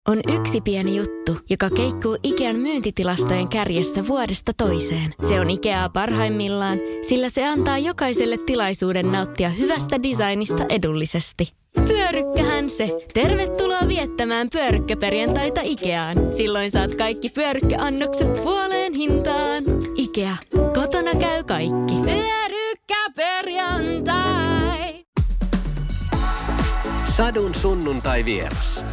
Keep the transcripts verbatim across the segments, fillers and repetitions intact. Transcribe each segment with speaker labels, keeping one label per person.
Speaker 1: On yksi pieni juttu, joka keikkuu Ikean myyntitilastojen kärjessä vuodesta toiseen. Se on Ikeaa parhaimmillaan, sillä se antaa jokaiselle tilaisuuden nauttia hyvästä designista edullisesti. Pyörykkähän se! Tervetuloa viettämään pyörykkäperjantaita Ikeaan. Silloin saat kaikki pyörykkäannokset puoleen hintaan. Ikea. Kotona käy kaikki. Pyörykkäperjantai!
Speaker 2: Sadun sunnuntai vieras.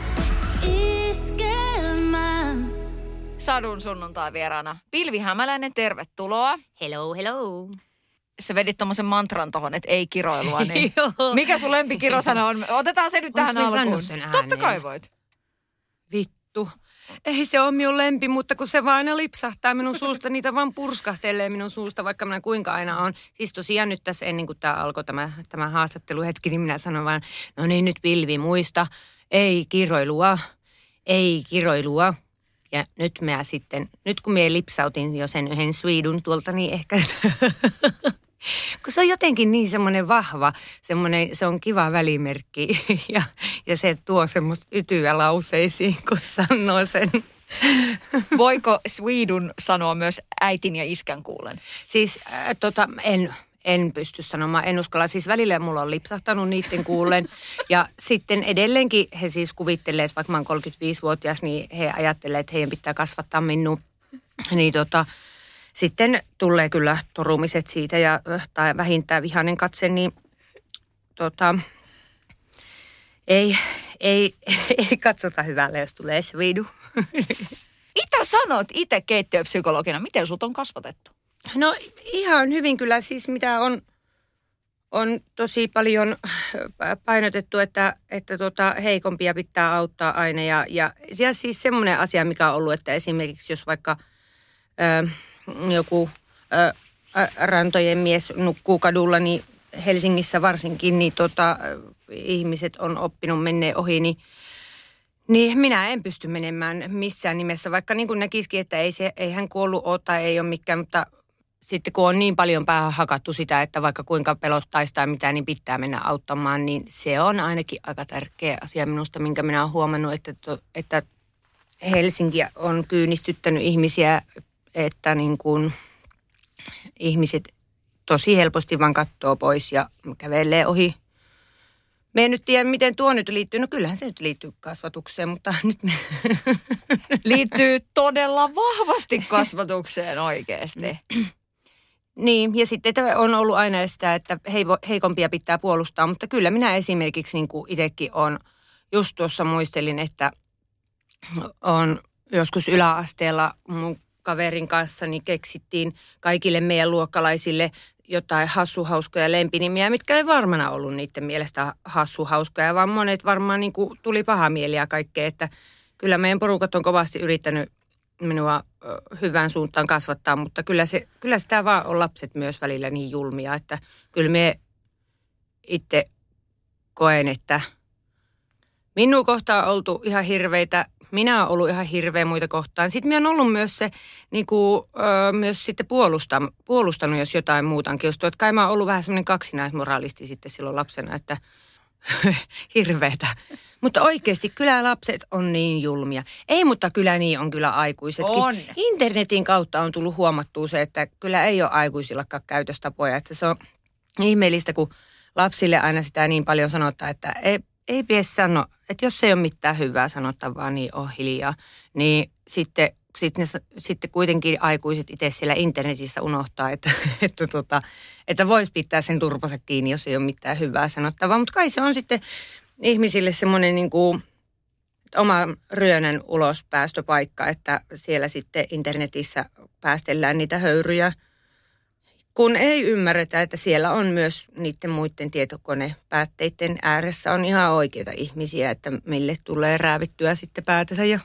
Speaker 3: Sadun sunnuntai vieraana Pilvi Hämäläinen, tervetuloa.
Speaker 4: Hello, hello.
Speaker 3: Sä vedit tommosen mantran tohon, että ei kiroilua. Niin mikä sun lempikirosana on? Otetaan se nyt tähän alkuun.
Speaker 4: Sen
Speaker 3: Totta kai voit.
Speaker 4: Vittu. Ei se ole minun lempi, mutta kun se vaan aina lipsahtaa minun suusta, niitä vaan purskahtelee minun suusta, vaikka minä kuinka aina on. Siis tosiaan nyt tässä ennen kuin tämä alkoi tämä, tämä haastatteluhetki, niin minä sanon vaan, no niin nyt Pilvi muista, ei kiroilua, ei kiroilua. Ja nyt mä sitten, nyt kun minä lipsautin jo sen yhden Swedun tuolta, niin ehkä, kun se on jotenkin niin semmoinen vahva, semmoinen, se on kiva välimerkki ja, ja se tuo semmoista ytyä lauseisiin, kun sanoo sen.
Speaker 3: Voiko Swedun sanoa myös äitin ja iskän kuulen?
Speaker 4: Siis äh, tota, en... En pysty sanomaan, en uskalla. Siis välillä mulla on lipsahtanut niiden kuullen. Ja sitten edelleenkin he siis kuvittelee, että vaikka mä oon kolmekymmentäviisivuotias, niin he ajattelee, että heidän pitää kasvattaa minua. Niin tota, sitten tulee kyllä torumiset siitä ja tai vähintään vihainen katse, niin tota, ei, ei, ei katsota hyvälle, jos tulee Svidu.
Speaker 3: Mitä sanot itse keittiöpsykologina? Miten sut on kasvatettu?
Speaker 4: No ihan hyvin kyllä, siis mitä on, on tosi paljon painotettu, että, että tota, heikompia pitää auttaa aina. Ja, ja, ja siis semmoinen asia, mikä on ollut, että esimerkiksi jos vaikka ö, joku ö, rantojen mies nukkuu kadulla, niin Helsingissä varsinkin, niin tota, ihmiset on oppinut menneen ohi, niin Niin, minä en pysty menemään missään nimessä, vaikka niin kuin näkisikin, että ei, se, ei hän kuollut ole tai ei ole mikään, mutta sitten kun on niin paljon päähän hakattu sitä, että vaikka kuinka pelottaisi tai mitä, niin pitää mennä auttamaan, niin se on ainakin aika tärkeä asia minusta, minkä minä olen huomannut, että, että Helsinki on kyynistyttänyt ihmisiä, että niin kuin ihmiset tosi helposti vaan katsoo pois ja kävelee ohi. Me en nyt tiedä, miten tuo nyt liittyy. No kyllähän se nyt liittyy kasvatukseen, mutta nyt me...
Speaker 3: Liittyy todella vahvasti kasvatukseen oikeasti.
Speaker 4: Niin, ja sitten että on ollut aina sitä, että heikompia pitää puolustaa, mutta kyllä minä esimerkiksi niin kuin itsekin olen, just tuossa muistelin, että on joskus yläasteella mun kaverin kanssa, niin keksittiin kaikille meidän luokkalaisille jotain hassuhauskoja lempinimiä, mitkä ei varmana ollut niiden mielestä hassuhauskoja, vaan monet varmaan niin kuin tuli paha mieli ja kaikkea, että kyllä meidän porukat on kovasti yrittänyt minua hyvään suuntaan kasvattaa, mutta kyllä, se, kyllä sitä vaan on lapset myös välillä niin julmia, että kyllä me itse koen, että minua kohtaan on oltu ihan hirveitä. Minä olen ollut ihan hirveä muita kohtaan. Sitten minä olen ollut myös se, niin kuin, ö, myös sitten puolusta, puolustanut, jos jotain muuta on kiustunut. Että kai mä oon ollut vähän semmoinen kaksinaismoralisti sitten silloin lapsena, että hirveetä. Mutta oikeasti kyllä lapset on niin julmia. Ei, mutta kyllä niin on kyllä aikuisetkin.
Speaker 3: On.
Speaker 4: Internetin kautta on tullut huomattua se, että kyllä ei ole aikuisillakaan käytöstapoja. Että se on ihmeellistä, kun lapsille aina sitä niin paljon sanotaan, että ei, Ei pidä sanoa, että jos ei ole mitään hyvää sanottavaa, niin on hiljaa. Niin sitten, sitten, sitten kuitenkin aikuiset itse siellä internetissä unohtaa, että, että, tota, että voisi pitää sen turpansa kiinni, jos ei ole mitään hyvää sanottavaa. Mutta kai se on sitten ihmisille semmoinen niin kuin oma ryönän ulospäästöpaikka, että siellä sitten internetissä päästellään niitä höyryjä. Kun ei ymmärretä, että siellä on myös niiden muiden tietokonepäätteiden ääressä on ihan oikeita ihmisiä, että mille tulee räävittyä sitten päätänsä. Ja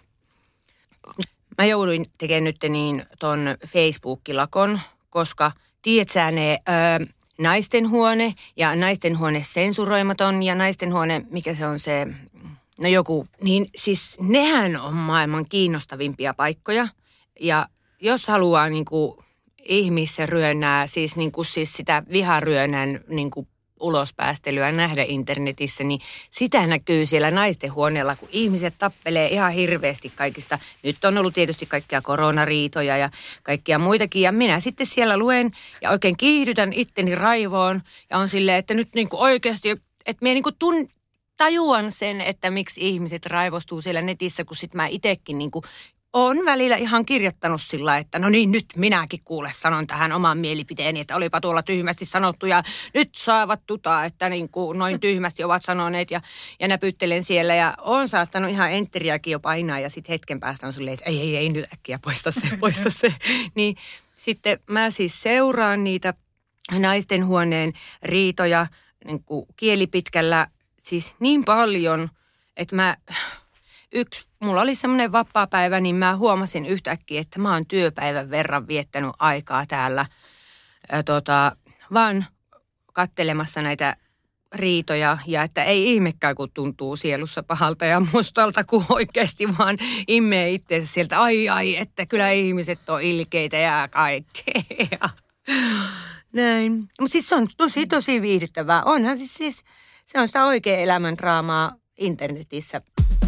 Speaker 4: mä jouduin tekemään nyt niin ton Facebook-lakon, koska tiedät sä ne ö, naistenhuone ja naistenhuone sensuroimaton ja naistenhuone, mikä se on se, no joku, niin siis nehän on maailman kiinnostavimpia paikkoja. Ja jos haluaa niinku ihmisryönää, siis, niin kuin, siis sitä viharyönän niin kuin ulospäästelyä nähdä internetissä, niin sitä näkyy siellä naisten huoneella, kun ihmiset tappelee ihan hirveästi kaikista. Nyt on ollut tietysti kaikkia koronariitoja ja kaikkia muitakin. Ja minä sitten siellä luen ja oikein kiihdytän itteni raivoon. Ja on silleen, että nyt niin kuin oikeasti, että minä niin kuin tun, tajuan sen, että miksi ihmiset raivostuu siellä netissä, kun sitten mä itsekin niin kuin olen välillä ihan kirjoittanut sillä, että no niin, nyt minäkin kuule sanon tähän oman mielipiteeni, että olipa tuolla tyhmästi sanottu ja nyt saavat tutaa, että niin kuin noin tyhmästi ovat sanoneet ja, ja näpyttelen siellä ja olen saattanut ihan enteriäkin jo painaa ja sitten hetken päästä on silleen, että ei, ei, ei nyt äkkiä poista se, poista se. Niin sitten mä siis seuraan niitä naisten huoneen riitoja niin kuin kielipitkällä siis niin paljon, että mä... Yksi, mulla oli semmoinen vapaapäivä, niin mä huomasin yhtäkkiä, että mä oon työpäivän verran viettänyt aikaa täällä ää, tota, vaan kattelemassa näitä riitoja. Ja että ei ihmekään, kun tuntuu sielussa pahalta ja mustalta, kun oikeasti vaan immee itseensä sieltä. Ai ai, että kyllä ihmiset on ilkeitä ja kaikkea. Näin. Mutta siis se on tosi tosi viihdyttävää. Onhan siis, siis se on sitä oikea elämän draamaa internetissä.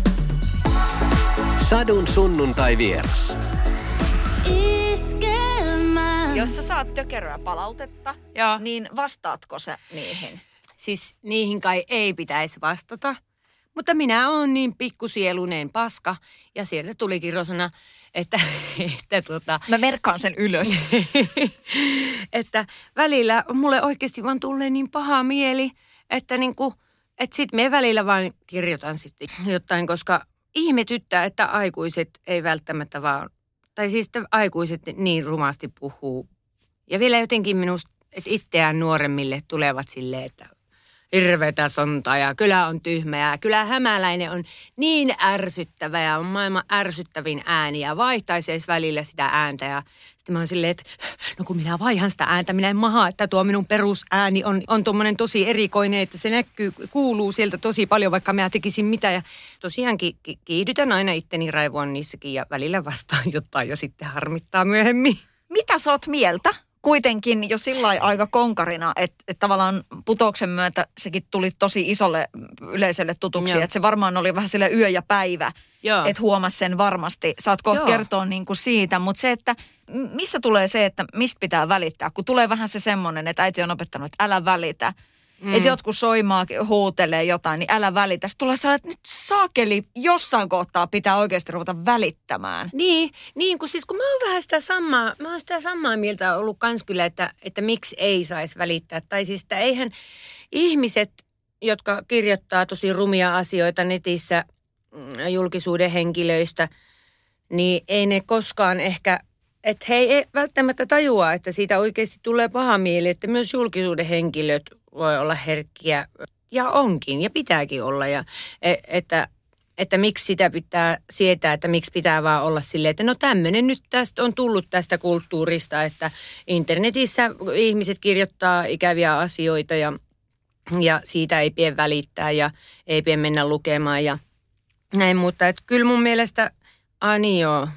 Speaker 2: Sadun sunnuntai vieras.
Speaker 3: Jos sä saat tökeröä palautetta,
Speaker 4: Joo.
Speaker 3: niin vastaatko sä niihin?
Speaker 4: Siis niihin kai ei pitäisi vastata, mutta minä olen niin pikkusieluneen paska ja sieltä tuli kirosana, että, että tota...
Speaker 3: Mä merkkaan sen ylös.
Speaker 4: että välillä mulle oikeasti vaan tulee niin paha mieli, että niinku, että sit me välillä vaan kirjoitan sitten jotain, koska ihmetyttää, että aikuiset ei välttämättä vaan, tai siis että aikuiset niin rumasti puhuu. Ja vielä jotenkin minusta, että itseään nuoremmille tulevat silleen, että hirveätä sontaa ja kyllä on tyhmä ja kyllä hämäläinen on niin ärsyttävä ja on maailman ärsyttävin ääni ja vaihtaisi edes välillä sitä ääntä. Ja sitten mä oon silleen, että no kun minä vaihan sitä ääntä, minä en maha, että tuo minun perusääni on, on tuommoinen tosi erikoinen, että se näkyy, kuuluu sieltä tosi paljon, vaikka mä tekisin mitä. Ja tosiaankin kiihdytän aina itteni raivoon niissäkin ja välillä vastaan jotain ja sitten harmittaa myöhemmin.
Speaker 3: Mitä sä oot mieltä? Kuitenkin jo sillä aika konkarina, että, että tavallaan putouksen myötä sekin tuli tosi isolle yleisölle tutuksi. Joo. Että se varmaan oli vähän sille yö ja päivä, Joo. että huomasi sen varmasti. Saat kohta kertoa niin kuin siitä, mutta se, että missä tulee se, että mistä pitää välittää? Kun tulee vähän se semmoinen, että äiti on opettanut, että älä välitä. Mm. Että jotkut soimaa, huutelee jotain, niin älä välitä. Sitten tulee sellainen, että nyt saakeli jossain kohtaa pitää oikeasti ruveta välittämään.
Speaker 4: Niin, niin kun siis kun mä oon vähän sitä samaa, mä oon sitä samaa mieltä ollut kans kyllä, että, että miksi ei saisi välittää. Tai siis että eihän ihmiset, jotka kirjoittaa tosi rumia asioita netissä julkisuuden henkilöistä, niin ei ne koskaan ehkä, että he ei välttämättä tajua, että siitä oikeasti tulee paha mieli, että myös julkisuuden henkilöt voi olla herkkiä ja onkin ja pitääkin olla ja että, että miksi sitä pitää sietää, että miksi pitää vaan olla silleen, että no tämmöinen nyt tästä on tullut tästä kulttuurista, että internetissä ihmiset kirjoittaa ikäviä asioita ja, ja siitä ei pidä välittää ja ei pidä mennä lukemaan ja näin, mutta että kyllä mun mielestä, ah niin joo,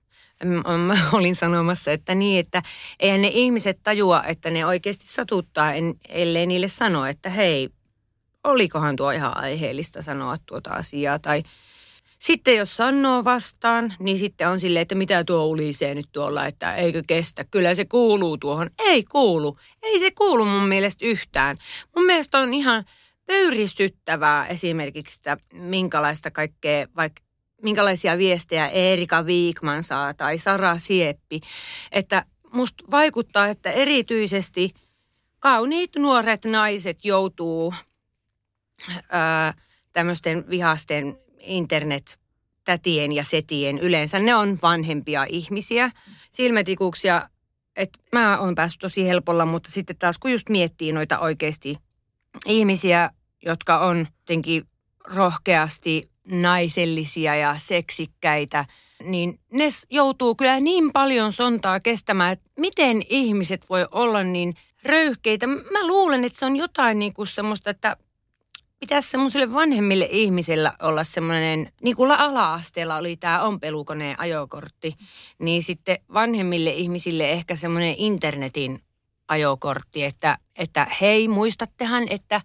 Speaker 4: mä olin sanomassa, että niin, että eihän ne ihmiset tajua, että ne oikeasti satuttaa, en, ellei niille sano, että hei, olikohan tuo ihan aiheellista sanoa tuota asiaa. Tai sitten jos sanoo vastaan, niin sitten on silleen, että mitä tuo ulisee nyt tuolla, että eikö kestä. Kyllä se kuuluu tuohon. Ei kuulu. Ei se kuulu mun mielestä yhtään. Mun mielestä on ihan pöyristyttävää esimerkiksi sitä, minkälaista kaikkea, vaikka minkälaisia viestejä Erika Viikman saa tai Sara Sieppi. Että musta vaikuttaa, että erityisesti kauniit nuoret naiset joutuu ää, tämmöisten vihasten internet-tätien ja setien. Yleensä ne on vanhempia ihmisiä. Silmätikuuksia, että mä oon päässyt tosi helpolla, mutta sitten taas kun just miettii noita oikeasti ihmisiä, jotka on jotenkin rohkeasti naisellisia ja seksikkäitä, niin ne joutuu kyllä niin paljon sontaa kestämään, että miten ihmiset voi olla niin röyhkeitä. Mä luulen, että se on jotain niin kuin semmoista, että pitäisi semmoiselle vanhemmille ihmisille olla semmoinen, niin kuin ala-asteella oli tämä ompelukoneen ajokortti, niin sitten vanhemmille ihmisille ehkä semmoinen internetin ajokortti, että, että hei, muistattehan, että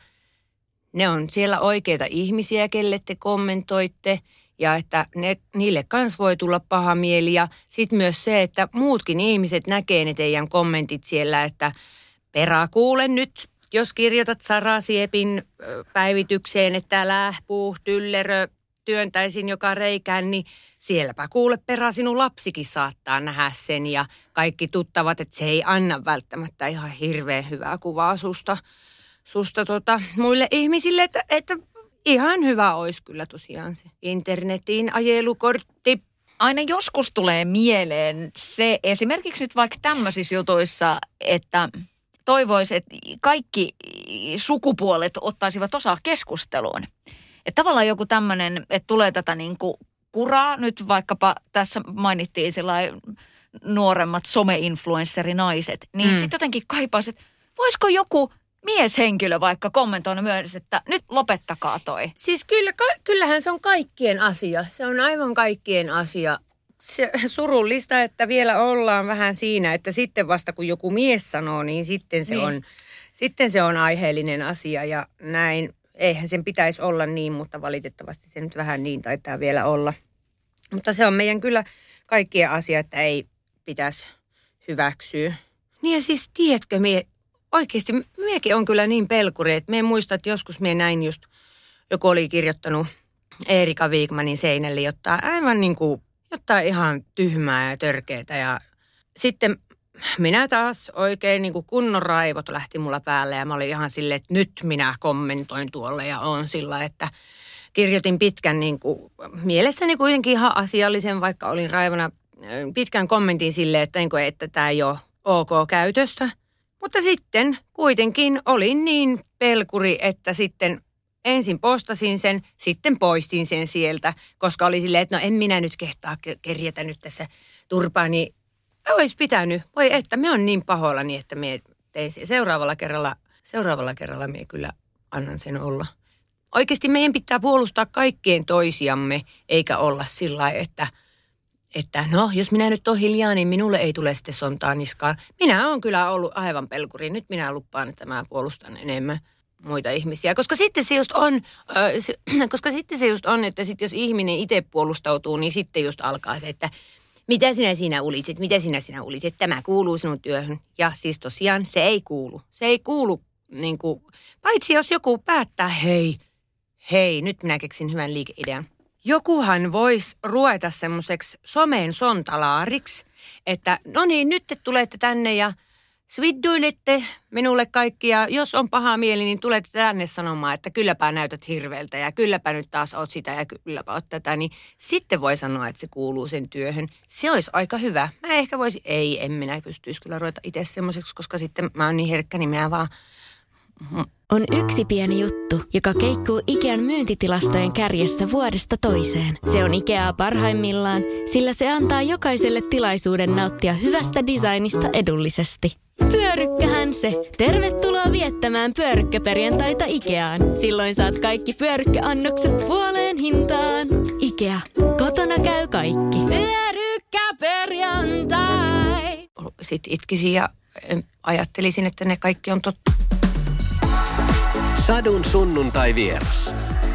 Speaker 4: ne on siellä oikeita ihmisiä, kelle te kommentoitte ja että ne, niille kans voi tulla paha mieli. Ja sitten myös se, että muutkin ihmiset näkee ne teidän kommentit siellä, että peräkuule nyt, jos kirjoitat Sara Siepin päivitykseen, että lähpuu, tyllerö, työntäisin joka reikään, niin sielläpä kuule perä sinun lapsikin saattaa nähdä sen ja kaikki tuttavat, että se ei anna välttämättä ihan hirveän hyvää kuvaa susta, susta tota, muille ihmisille, että, että ihan hyvä olisi kyllä tosiaan se internetin ajelukortti.
Speaker 3: Aina joskus tulee mieleen se esimerkiksi nyt vaikka tämmöisissä jutuissa, että toivoisi, että kaikki sukupuolet ottaisivat osaa keskusteluun. Että tavallaan joku tämmöinen, että tulee tätä niin kuin kuraa, nyt vaikkapa tässä mainittiin sellainen nuoremmat some-influencerinaiset, niin mm. sitten jotenkin kaipaisi, että voisiko joku mieshenkilö vaikka kommentoida myös, että nyt lopettakaa toi.
Speaker 4: Siis kyllä, kyllähän se on kaikkien asia. Se on aivan kaikkien asia. Se surullista, että vielä ollaan vähän siinä, että sitten vasta kun joku mies sanoo, niin sitten se, niin. On, sitten se on aiheellinen asia ja näin. Eihän sen pitäisi olla niin, mutta valitettavasti se nyt vähän niin taitaa vielä olla. Mutta se on meidän kyllä kaikkien asia, että ei pitäisi hyväksyä. Niin ja siis tiedätkö, mie, oikeasti miekin on kyllä niin pelkuri, että me en muista, että joskus mie näin just, joku oli kirjoittanut Erika Wigmanin seinälle jotain aivan niin kuin, jotain ihan tyhmää ja törkeää. Ja sitten minä taas oikein niin kuin kunnon raivot lähti mulla päälle ja mä olin ihan silleen, että nyt minä kommentoin tuolle ja on sillä, että kirjoitin pitkän niin kuin, mielessäni kuitenkin ihan asiallisen, vaikka olin raivona pitkän kommentin silleen, että, niin kuin, että tämä ei ole ok käytöstä. Mutta sitten kuitenkin olin niin pelkuri, että sitten ensin postasin sen, sitten poistin sen sieltä, koska oli silleen, että no en minä nyt kehtaa kerjätä nyt tässä turpaani. Olisi pitänyt. Voi että, me on niin pahoillani, että me tein sen. Seuraavalla kerralla, seuraavalla kerralla me kyllä annan sen olla. Oikeasti meidän pitää puolustaa kaikkien toisiamme, eikä olla sillä lailla, että, että no, jos minä nyt oon hiljaa, niin minulle ei tule sitten sontaa niskaan. Minä olen kyllä ollut aivan pelkuri. Nyt minä lupaan, että mä puolustan enemmän muita ihmisiä. Koska sitten se just on, äh, se, koska sitten se just on, että sit jos ihminen itse puolustautuu, niin sitten just alkaa se, että mitä sinä siinä ulisit, mitä sinä siinä ulisit, tämä kuuluu sinun työhön. Ja siis tosiaan se ei kuulu. Se ei kuulu, niin kuin, paitsi jos joku päättää, hei, hei, nyt minä keksin hyvän liikeidean. Jokuhan voisi ruveta semmoiseksi somen sontalaariksi, että no niin, nyt te tulette tänne ja svidduilette minulle kaikki ja jos on paha mieli, niin tulette tänne sanomaan, että kylläpä näytät hirveältä ja kylläpä nyt taas oot sitä ja kylläpä oot tätä, niin sitten voi sanoa, että se kuuluu sen työhön. Se olisi aika hyvä. Mä ehkä voisin, ei, en minä pystyisi kyllä ruveta itse semmoiseksi, koska sitten mä oon niin herkkä, niin mä vaan
Speaker 1: On yksi pieni juttu, joka keikkuu Ikean myyntitilastojen kärjessä vuodesta toiseen. Se on Ikeaa parhaimmillaan, sillä se antaa jokaiselle tilaisuuden nauttia hyvästä designista edullisesti. Pyörykkähän se! Tervetuloa viettämään pyörykkäperjantaita Ikeaan. Silloin saat kaikki pyörykkäannokset puoleen hintaan. Ikea. Kotona käy kaikki. Pyörykkäperjantai!
Speaker 4: Sitten itkisin ja ajattelisin, että ne kaikki on totta.
Speaker 2: Sadun sunnuntai vieras.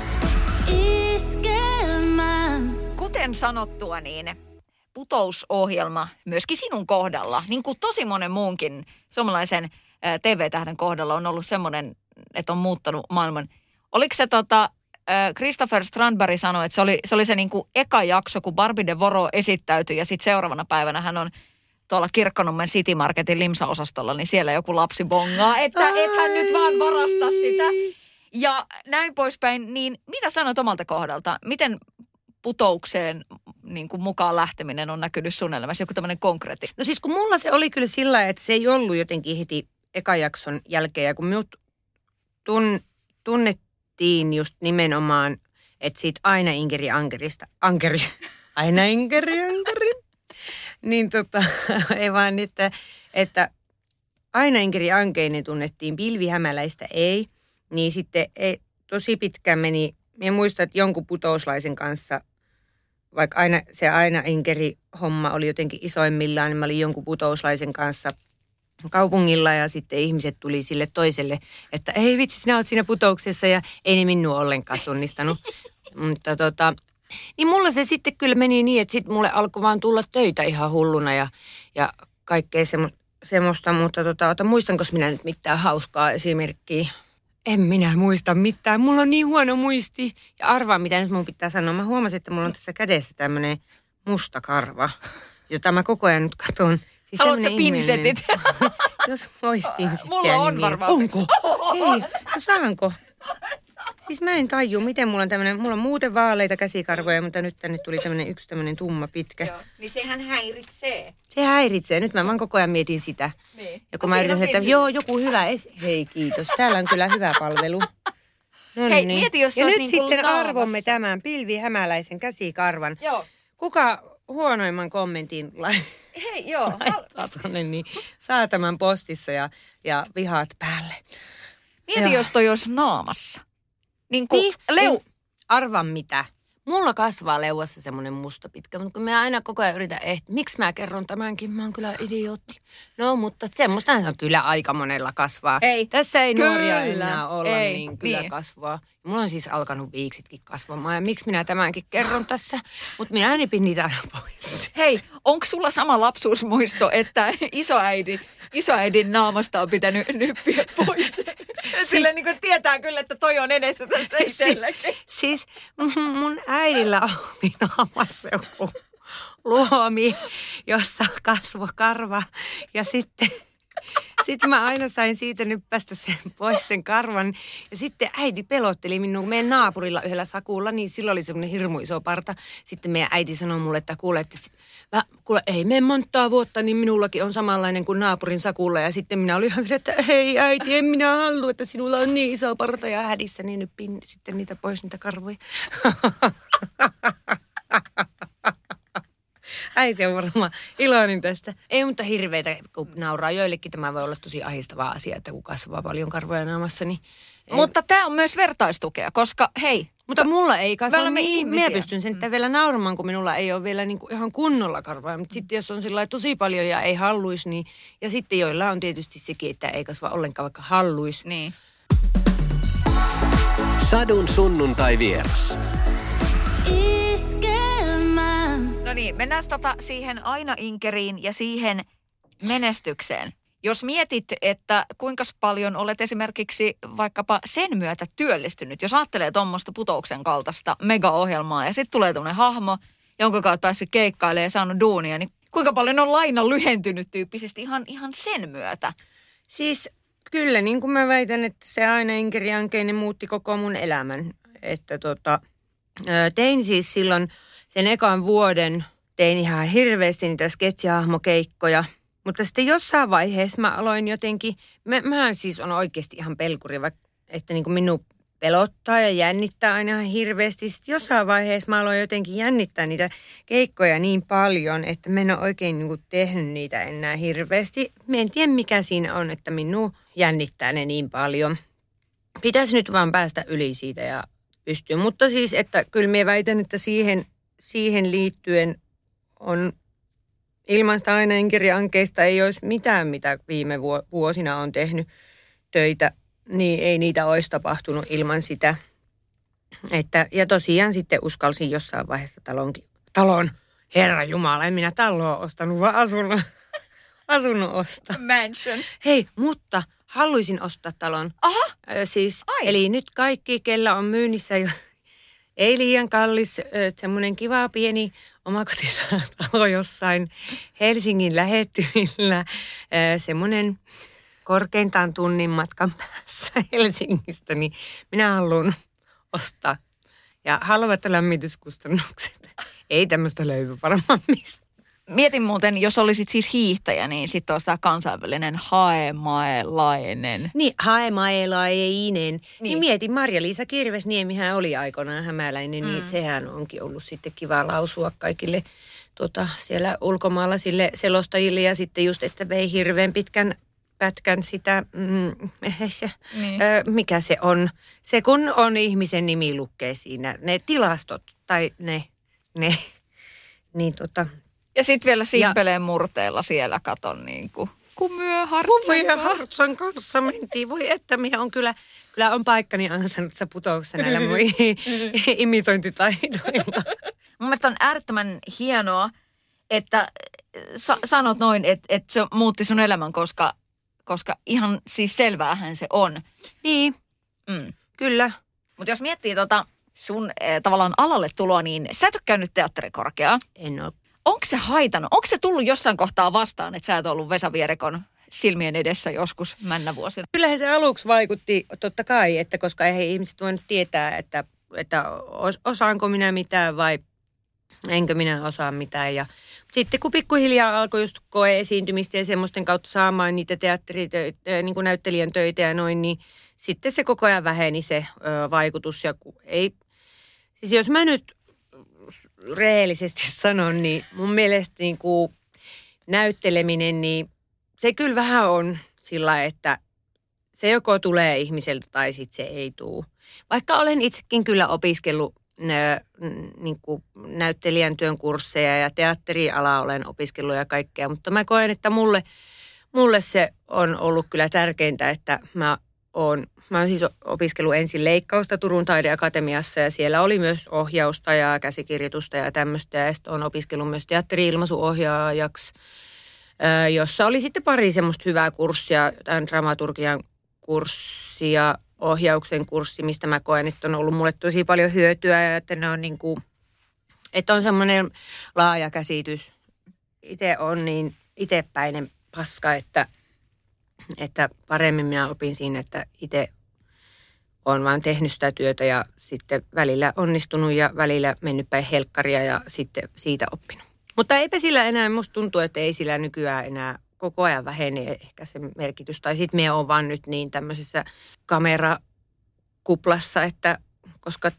Speaker 3: Kuten sanottua, niin putousohjelma myöskin sinun kohdalla, niin kuin tosi monen muunkin suomalaisen T V-tähden kohdalla on ollut semmoinen, että on muuttanut maailman. Oliko se tota, Christopher Strandberg sanoi, että se oli se, oli se niin kuin eka jakso, kun Barbie de Voro esittäytyi ja sitten seuraavana päivänä hän on tuolla Kirkkonummen City Marketin limsa-osastolla, niin siellä joku lapsi bongaa, että et hän nyt vaan varasta sitä. Ja näin poispäin, niin mitä sanot omalta kohdalta? Miten putoukseen niin kuin mukaan lähteminen on näkynyt sun elämässä? Joku tämmöinen konkreetti.
Speaker 4: No siis kun mulla se oli kyllä sillä lailla, että se ei ollut jotenkin heti ekajakson jälkeen. Ja kun minut tun, tunnettiin just nimenomaan, että siitä aina Inkeri Ankerista, Ankeri, aina Inkeri Ankeri. Niin tota, ei vaan, että, että aina Inkeri Ankeinen tunnettiin, Pilvi-Hämäläistä ei. Niin sitten ei, tosi pitkään meni, minä muistan, että jonkun putouslaisen kanssa, vaikka aina, se aina Inkeri homma oli jotenkin isoimmillaan, niin mä olin jonkun putouslaisen kanssa kaupungilla ja sitten ihmiset tuli sille toiselle, että ei vitsi, sinä olet siinä putouksessa ja ei ne minua ollenkaan tunnistanut. Mutta tota, niin mulla se sitten kyllä meni niin, että sitten mulle alkoi vaan tulla töitä ihan hulluna ja, ja kaikkea semmo, semmoista, mutta tota, ota, muistanko minä nyt mitään hauskaa esimerkkiä? En minä muista mitään. Mulla on niin huono muisti. Ja arvaa, mitä nyt mun pitää sanoa. Mä huomasin, että mulla on tässä kädessä tämmönen musta karva, jota mä koko ajan nyt katon. Siis
Speaker 3: haluatko sä pinsetit?
Speaker 4: Jos vois pinsettiä.
Speaker 3: Mulla on
Speaker 4: niin
Speaker 3: varmaan.
Speaker 4: Onko? Ei, no saanko? Siis mä en taju, miten mulla on tämmönen, mulla on muuten vaaleita käsikarvoja, mutta nyt tänne tuli tämmönen yksi tämmönen tumma pitkä.
Speaker 3: Joo, niin sehän häiritsee.
Speaker 4: Se häiritsee. Nyt mä vaan koko ajan mietin sitä.
Speaker 3: Niin.
Speaker 4: Ja kun no, mä yritän, että joo, joku hyvä es... Hei, kiitos. Täällä on kyllä hyvä palvelu. No
Speaker 3: Hei,
Speaker 4: niin.
Speaker 3: mieti, jos
Speaker 4: ja nyt
Speaker 3: niin
Speaker 4: sitten
Speaker 3: naamassa.
Speaker 4: arvomme tämän pilvihämäläisen käsikarvan.
Speaker 3: Joo.
Speaker 4: Kuka huonoimman kommentin
Speaker 3: Hei, joo.
Speaker 4: laittaa tuonne, niin saa tämän postissa ja, ja vihaat päälle.
Speaker 3: Mieti,
Speaker 4: joo.
Speaker 3: jos toi olisi naamassa. Niin kuin
Speaker 4: niin,
Speaker 3: leu...
Speaker 4: En, arva mitä. Mulla kasvaa leuassa semmoinen musta pitkä, mutta kun mä aina koko ajan yritän ehtiä, miksi mä kerron tämänkin, mä oon kyllä idiootti. No, mutta semmoistahan se on kyllä aika monella kasvaa.
Speaker 3: Ei.
Speaker 4: Tässä ei
Speaker 3: kyllä.
Speaker 4: nuoria enää olla,
Speaker 3: ei.
Speaker 4: niin kyllä
Speaker 3: niin.
Speaker 4: kasvaa. Mulla on siis alkanut viiksitkin kasvamaan ja miksi minä tämänkin kerron tässä, mutta minä nipin niitä aina pois.
Speaker 3: Hei, onko sulla sama lapsuusmuisto, että isoäidi, isoäidin naamasta on pitänyt nyppiä pois? Sillä siis, niin kuin tietää kyllä, että toi on edessä tässä itselläkin.
Speaker 4: Siis mun äidillä oli naamassa joku luomi, jossa kasvoi karva ja sitten... Sitten mä aina sain siitä nyppästä sen pois sen karvan. Ja sitten äiti pelotteli minua, kun meidän naapurilla yhdellä sakulla, niin silloin oli semmoinen hirmu iso parta. Sitten meidän äiti sanoi mulle, että kuule, että mä, kuule ei mene montaa vuotta, niin minullakin on samanlainen kuin naapurin sakulla. Ja sitten minä olin ihan se, että hei äiti, en minä halua, että sinulla on niin iso parta ja hädissä, niin nyppin sitten niitä pois, niitä karvoja. Äiti on varmaan iloinen tästä. Ei, mutta hirveitä, kun nauraa joillekin. Tämä voi olla tosi ahistava asia, että kun kasvaa paljon karvoja naamassa, niin...
Speaker 3: Mutta tämä on myös vertaistukea, koska hei...
Speaker 4: Mutta mulla ei kasva.
Speaker 3: Me
Speaker 4: niin, minä pystyn sen mm. vielä nauramaan, kun minulla ei ole vielä niinku ihan kunnolla karvoja. Mutta sitten jos on sillä tosi paljon ja ei halluisi, niin... Ja sitten joilla on tietysti sekin, että ei kasva ollenkaan, vaikka halluisi.
Speaker 3: Niin.
Speaker 2: Sadun sunnuntai vieras.
Speaker 3: No niin, mennään tota siihen aina inkeriin ja siihen menestykseen. Jos mietit, että kuinka paljon olet esimerkiksi vaikkapa sen myötä työllistynyt, jos ajattelee tuommoista Putouksen kaltaista mega-ohjelmaa ja sitten tulee tuommoinen hahmo, jonka kautta päässyt keikkailemaan ja saanut duunia, niin kuinka paljon on laina lyhentynyt tyyppisesti ihan, ihan sen myötä?
Speaker 4: Siis kyllä, niin kuin mä väitän, että se aina inkeriankeinen muutti koko mun elämän. Että tota, tein siis silloin... Sen ekan vuoden tein ihan hirveästi niitä sketsihahmokeikkoja, mutta sitten jossain vaiheessa mä aloin jotenkin, mä, mähän siis on oikeasti ihan pelkuri, että niin kuin minun pelottaa ja jännittää aina ihan hirveästi. Sitten jossain vaiheessa mä aloin jotenkin jännittää niitä keikkoja niin paljon, että mä en ole oikein niin kuin tehnyt niitä enää hirveästi. Mä en tiedä mikä siinä on, että minua jännittää ne niin paljon. Pitäisi nyt vaan päästä yli siitä ja pystyä, mutta siis, että kyllä mä väitän, että siihen... Siihen liittyen on ilman sitä aina inkeriankeista ei olisi mitään, mitä viime vuosina on tehnyt töitä, niin ei niitä olisi tapahtunut ilman sitä. Että, ja tosiaan sitten uskalsin jossain vaiheessa talonkin, talon, herra jumala, en minä taloa ostanut, vaan asunnon, asunnon ostaa.
Speaker 3: Mansion.
Speaker 4: Hei, mutta haluaisin ostaa talon.
Speaker 3: Aha,
Speaker 4: siis,
Speaker 3: ai.
Speaker 4: Eli nyt kaikki, kellä on myynnissä jo... Ei liian kallis, semmoinen kiva pieni omakotitalo jossain Helsingin lähettyvillä, semmoinen korkeintaan tunnin matkan päässä Helsingistä, niin minä haluan ostaa. Ja halvat lämmityskustannukset. Ei tämmöistä löydy varmaan mistä.
Speaker 3: Mietin muuten, jos olisit siis hiihtäjä, niin sitten olisi tämä kansainvälinen haemaelainen.
Speaker 4: Niin, haemaelainen. Niin, niin mietin, Marja-Liisa Kirvesniemihän oli aikoinaan hämäläinen, mm. niin sehän onkin ollut sitten kiva lausua kaikille tota, siellä ulkomailla sille selostajille. Ja sitten just, että vei hirveän pitkän pätkän sitä, mm, se,
Speaker 3: niin.
Speaker 4: ö, mikä se on. Se kun on ihmisen nimi lukee siinä, ne tilastot tai ne, ne niin tota...
Speaker 3: Ja sitten vielä simpeleen murteella siellä katon niin kuin. Kumyö Hartson.
Speaker 4: Kumyö Hartson kanssa mentiin. Voi että minä on kyllä, kyllä on paikkani ansainnut tässä putouksessa näillä mun imitointitaidoilla.
Speaker 3: Mun mielestä on äärettömän hienoa, että sa- sanot noin, että, että se muutti sun elämän, koska, koska ihan siis selväähän se on.
Speaker 4: Niin,
Speaker 3: mm.
Speaker 4: kyllä.
Speaker 3: Mutta jos miettii tota sun eh, tavallaan alalle tuloa, niin sä et ole käynyt teatterikorkeaa.
Speaker 4: En ole.
Speaker 3: Onko se haitannut? Onko se tullut jossain kohtaa vastaan, että sä et ollut Vesa Vierekon silmien edessä joskus männävuosina?
Speaker 4: Kyllähän se aluksi vaikutti totta kai, että koska eihän ihmiset voinut tietää, että, että osaanko minä mitään vai enkö minä osaa mitään. Ja sitten kun pikkuhiljaa alkoi just koe-esiintymistä ja semmoisten kautta saamaan niitä teatteritöitä, niin kuin näyttelijän töitä ja noin, niin sitten se koko ajan väheni se ö, vaikutus. Ja ei, siis jos mä nyt rehellisesti sanon, niin mun mielestä niin kuin näytteleminen, niin se kyllä vähän on sillä, että se joko tulee ihmiseltä tai sitten se ei tule. Vaikka olen itsekin kyllä opiskellut nä, niin kuin näyttelijän työn kursseja ja teatterialaa olen opiskellut ja kaikkea, mutta mä koen, että mulle, mulle se on ollut kyllä tärkeintä, että mä oon, mä oon siis opiskellut ensin leikkausta Turun taideakatemiassa ja siellä oli myös ohjausta ja käsikirjoitusta ja tämmöistä ja sitten oon opiskellut myös teatteri-ilmaisuohjaajaksi, jossa oli sitten pari semmoista hyvää kurssia, tämän dramaturgian kurssia, ohjauksen kurssi, mistä mä koen, että on ollut mulle tosi paljon hyötyä ja että ne on niin kuin, että on semmoinen laaja käsitys. Itse on niin itsepäinen paska, että, että paremmin minä opin siinä, että itse olen vaan tehnyt sitä työtä ja sitten välillä onnistunut ja välillä mennyt päin helkkaria ja sitten siitä oppinut. Mutta eipä sillä enää, musta tuntuu, että ei sillä nykyään enää koko ajan vähenee ehkä se merkitys. Tai sitten me on vaan nyt niin tämmöisessä kamerakuplassa, että koska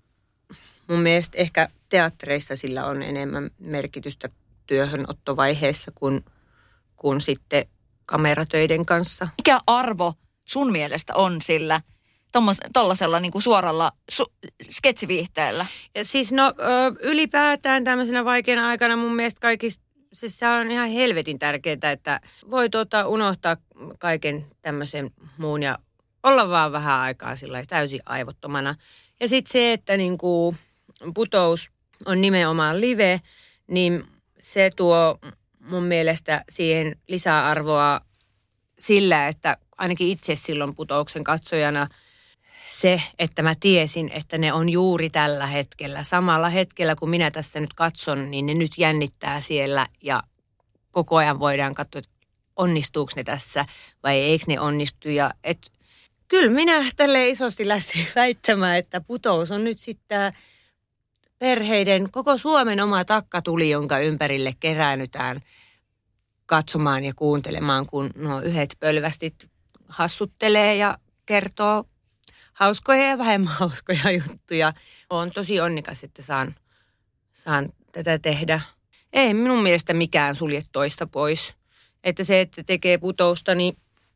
Speaker 4: mun mielestä ehkä teattereissa sillä on enemmän merkitystä työhönottovaiheessa kuin, kuin sitten kameratöiden kanssa.
Speaker 3: Mikä arvo sun mielestä on sillä tuollaisella niin kuin suoralla su- sketsiviihteellä?
Speaker 4: Ja siis no ylipäätään tämmöisenä vaikeana aikana mun mielestä kaikista, siis se on ihan helvetin tärkeää, että voi tuota unohtaa kaiken tämmöisen muun ja olla vaan vähän aikaa sillä täysin aivottomana. Ja sitten se, että niin kuin putous on nimenomaan live, niin se tuo mun mielestä siihen lisäarvoa sillä, että ainakin itse silloin putouksen katsojana se, että mä tiesin, että ne on juuri tällä hetkellä. Samalla hetkellä, kun minä tässä nyt katson, niin ne nyt jännittää siellä ja koko ajan voidaan katsoa, että onnistuuko ne tässä vai eikö ne onnistu. Ja et, kyllä minä tälleen isosti lähtin väittämään, että putous on nyt sitten perheiden, koko Suomen oma takkatuli, jonka ympärille keräännytään katsomaan ja kuuntelemaan, kun nuo yhdet pölvästit hassuttelee ja kertoo hauskoja ja vähemmän hauskoja juttuja. Olen tosi onnikas, että saan, saan tätä tehdä. Ei minun mielestä mikään sulje toista pois. Että se, että tekee putousta, niin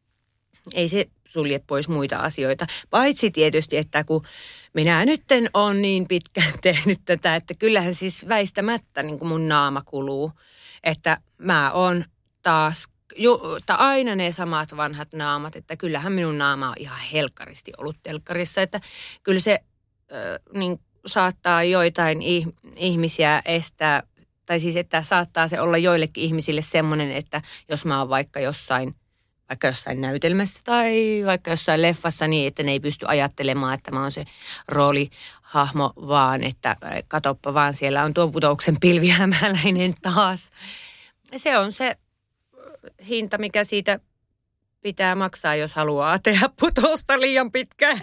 Speaker 4: ei se sulje pois muita asioita. Paitsi tietysti, että kun minä nytten olen niin pitkään tehnyt tätä, että kyllähän siis väistämättä niin kuin mun naama kuluu. Että mä oon taas, ju, aina ne samat vanhat naamat, että kyllähän minun naama on ihan helkkaristi ollut telkkarissa. Että kyllä se äh, niin saattaa joitain ihmisiä estää, tai siis että saattaa se olla joillekin ihmisille semmoinen, että jos mä oon vaikka jossain, vaikka jossain näytelmässä tai vaikka jossain leffassa niin, että ne ei pysty ajattelemaan, että mä oon se roolihahmo, vaan että katoppa vaan siellä on tuo putouksen pilvihämäläinen taas. Se on se hinta, mikä siitä pitää maksaa, jos haluaa tehdä putousta liian pitkään.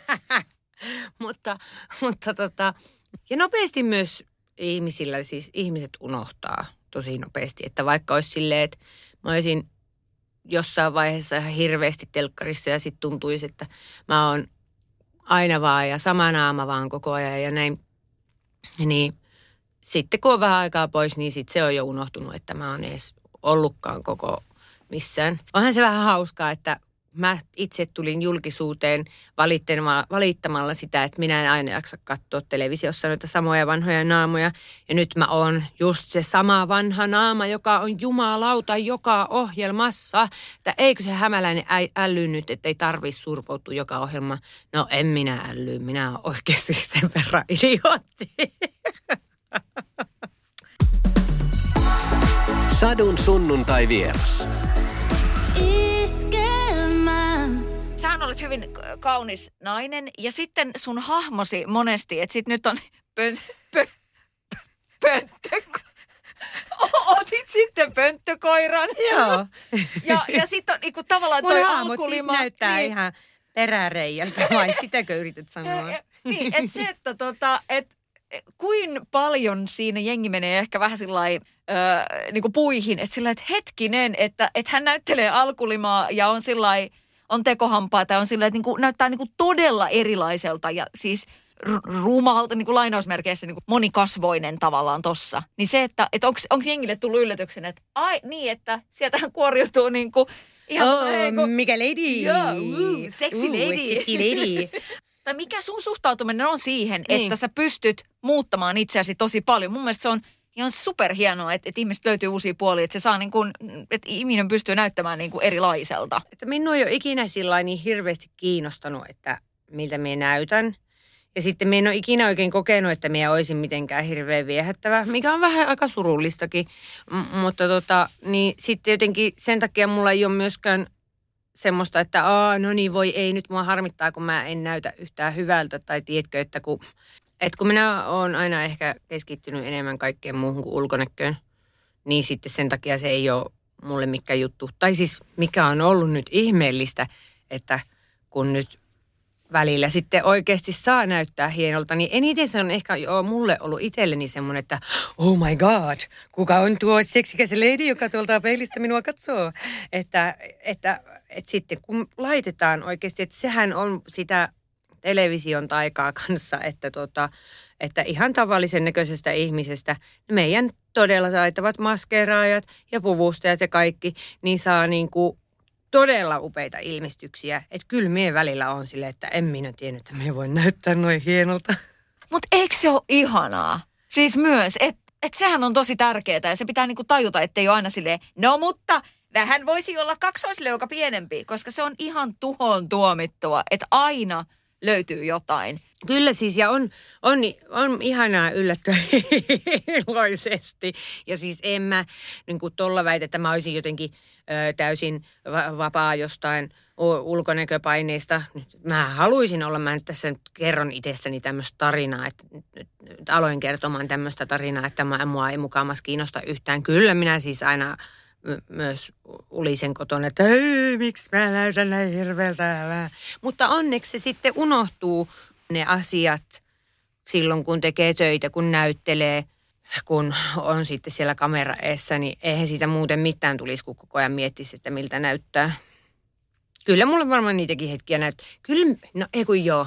Speaker 4: mutta, mutta tota, ja nopeasti myös ihmisillä, siis ihmiset unohtaa tosi nopeasti, että vaikka olisi silleen, että mä olisin jossain vaiheessa ihan hirveästi telkkarissa ja sitten tuntuisi, että mä oon aina vaan ja sama naama vaan koko ajan ja näin. Niin sitten kun on vähän aikaa pois, niin sitten se on jo unohtunut, että mä oon edes ollutkaan koko missään. Onhan se vähän hauskaa, että mä itse tulin julkisuuteen valittamalla, valittamalla sitä, että minä en aina jaksa katsoa televisiossa noita samoja vanhoja naamoja. Ja nyt mä oon just se sama vanha naama, joka on jumalauta joka ohjelmassa. Että eikö se hämäläinen äly nyt, että ei tarvitse survoutua joka ohjelma. No en minä äly, minä oon oikeasti sen verran idiootti.
Speaker 2: Sadun sunnuntai vieras.
Speaker 3: Sähän olet hyvin kaunis nainen ja sitten sun hahmosi monesti, että sit nyt on pön, pö, pönttö. Otit sitten pönttökoiran.
Speaker 4: Joo.
Speaker 3: Ja, ja sitten on niinku tavallaan toi
Speaker 4: alkulima. Mun
Speaker 3: alkulima.
Speaker 4: Siis näyttää
Speaker 3: niin,
Speaker 4: ihan peräreijältä, vai sitäkö yrität sanoa?
Speaker 3: Niin, että se, että tota, et, kuin paljon siinä jengi menee ehkä vähän sillai öö, niinku puihin, että sillä että hetkinen, että et hän näyttelee alkulimaa ja on sillai, on tekohampaa tai on sillä että niinku, näyttää niinku todella erilaiselta ja siis rumalta, niin kuin lainausmerkeissä niin kuin monikasvoinen tavallaan tossa. Niin se, että et onko jengille tullut yllätyksen, että ai niin, että sieltähän kuoriutuu niin kuin ihan...
Speaker 4: Oh,
Speaker 3: niinku,
Speaker 4: mikä lady.
Speaker 3: Joo, uh, sexy
Speaker 4: uh,
Speaker 3: lady.
Speaker 4: Sexy lady.
Speaker 3: Tai mikä sun suhtautuminen on siihen,
Speaker 4: niin.
Speaker 3: että sä pystyt muuttamaan itseäsi tosi paljon. Mun mielestä se on ihan superhienoa, että, että ihmiset löytyy uusia puolia, että se saa niin kuin, että ihminen pystyy näyttämään niin kuin erilaiselta.
Speaker 4: Että minua ei ole ikinä sillä niin hirveästi kiinnostanut, että miltä minä näytän. Ja sitten minä en ole ikinä oikein kokenut, että minä olisin mitenkään hirveän viehättävä, mikä on vähän aika surullistakin. M- mutta tota, niin sitten jotenkin sen takia mulla ei ole myöskään semmoista, että Aa, no niin voi ei, nyt mua harmittaa, kun mä en näytä yhtään hyvältä. Tai tiedätkö, että kun, että kun minä olen aina ehkä keskittynyt enemmän kaikkeen muuhun kuin ulkonäköön, niin sitten sen takia se ei ole mulle mikään juttu. Tai siis mikä on ollut nyt ihmeellistä, että kun nyt välillä sitten oikeasti saa näyttää hienolta, niin eniten se on ehkä jo mulle ollut itselleni semmoinen, että oh my god, kuka on tuo seksikäs lady, joka tuolta peilistä minua katsoo. Että, että, että sitten kun laitetaan oikeasti, että sehän on sitä television taikaa kanssa, että, tota, että ihan tavallisen näköisestä ihmisestä meidän todella taitavat maskeraajat ja puvustajat ja kaikki, niin saa niin kuin todella upeita ilmestyksiä. Että kyllä mie välillä on silleen, että en minä tiennyt, että me voin näyttää noin hienolta.
Speaker 3: Mutta eikö se ole ihanaa? Siis myös, että et sehän on tosi tärkeää ja se pitää niinku tajuta, ettei ole aina silleen, no mutta vähän voisi olla kaksoisleuka pienempi, koska se on ihan tuhoon tuomittua, että aina löytyy jotain.
Speaker 4: Kyllä siis, ja on, on, on ihanaa yllättyä iloisesti. Ja siis en mä niin kuin tolla väitä, että mä olisin jotenkin ö, täysin va- vapaa jostain ulkonäköpaineista. Mä haluaisin olla, mä nyt tässä nyt kerron itsestäni tämmöistä tarinaa, että nyt aloin kertomaan tämmöistä tarinaa, että mä, mua ei mukamas kiinnosta yhtään. Kyllä minä siis aina myös ulisen kotona, että hei, miksi mä näytän näin hirveältä. Mutta onneksi se sitten unohtuu ne asiat silloin, kun tekee töitä, kun näyttelee, kun on sitten siellä kamera eessä, niin eihän siitä muuten mitään tulisi, kun koko ajan miettisi, että miltä näyttää. Kyllä mulla varmaan niitäkin hetkiä näyttää. Kyllä, no ei kun joo.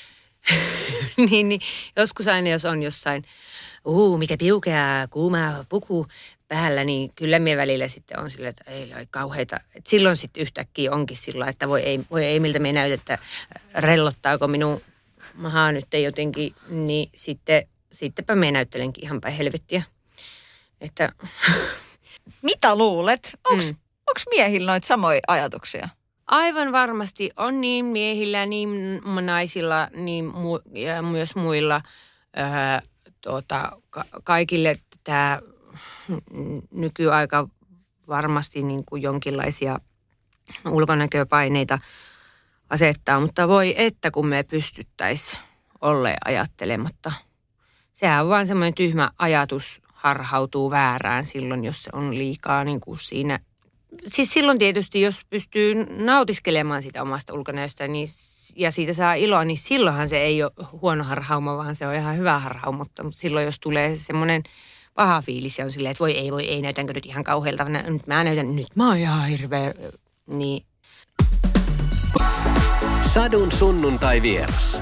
Speaker 4: niin, niin, joskus aina, jos on jossain, uu, mikä piukea, kuuma puku päällä, niin kyllä minä välillä sitten on silleen, että ei, ai kauheita. Et silloin sitten yhtäkkiä onkin sillä, että voi ei, voi ei miltä me näytä, että rellottaako minun mahaa nyt jotenkin, niin sitten, sittenpä me näyttelenkin ihan päin helvettiä. Että
Speaker 3: mitä luulet? Onko
Speaker 4: Mm.
Speaker 3: miehillä noita samoja ajatuksia?
Speaker 4: aivan varmasti on niin miehillä, niin naisilla, niin mu- ja myös muilla ää, tuota, ka- kaikille tämä nykyaika varmasti niin kuin jonkinlaisia ulkonäköpaineita asettaa, mutta voi että kun me pystyttäisiin olleen ajattelematta. Sehän on vaan semmoinen tyhmä ajatus harhautuu väärään silloin, jos se on liikaa niin kuin siinä. Siis silloin tietysti, jos pystyy nautiskelemaan sitä omasta ulkonäöstä niin, ja siitä saa iloa, niin silloinhan se ei ole huono harhauma, vaan se on ihan hyvä harhauma. Mutta silloin, jos tulee semmoinen paha fiilis ja on silleen, että voi ei, voi ei, näytänkö nyt ihan kauhealta. Nyt mä näytän, nyt mä oon ihan hirveä. Niin.
Speaker 2: Sadun sunnuntai vieras.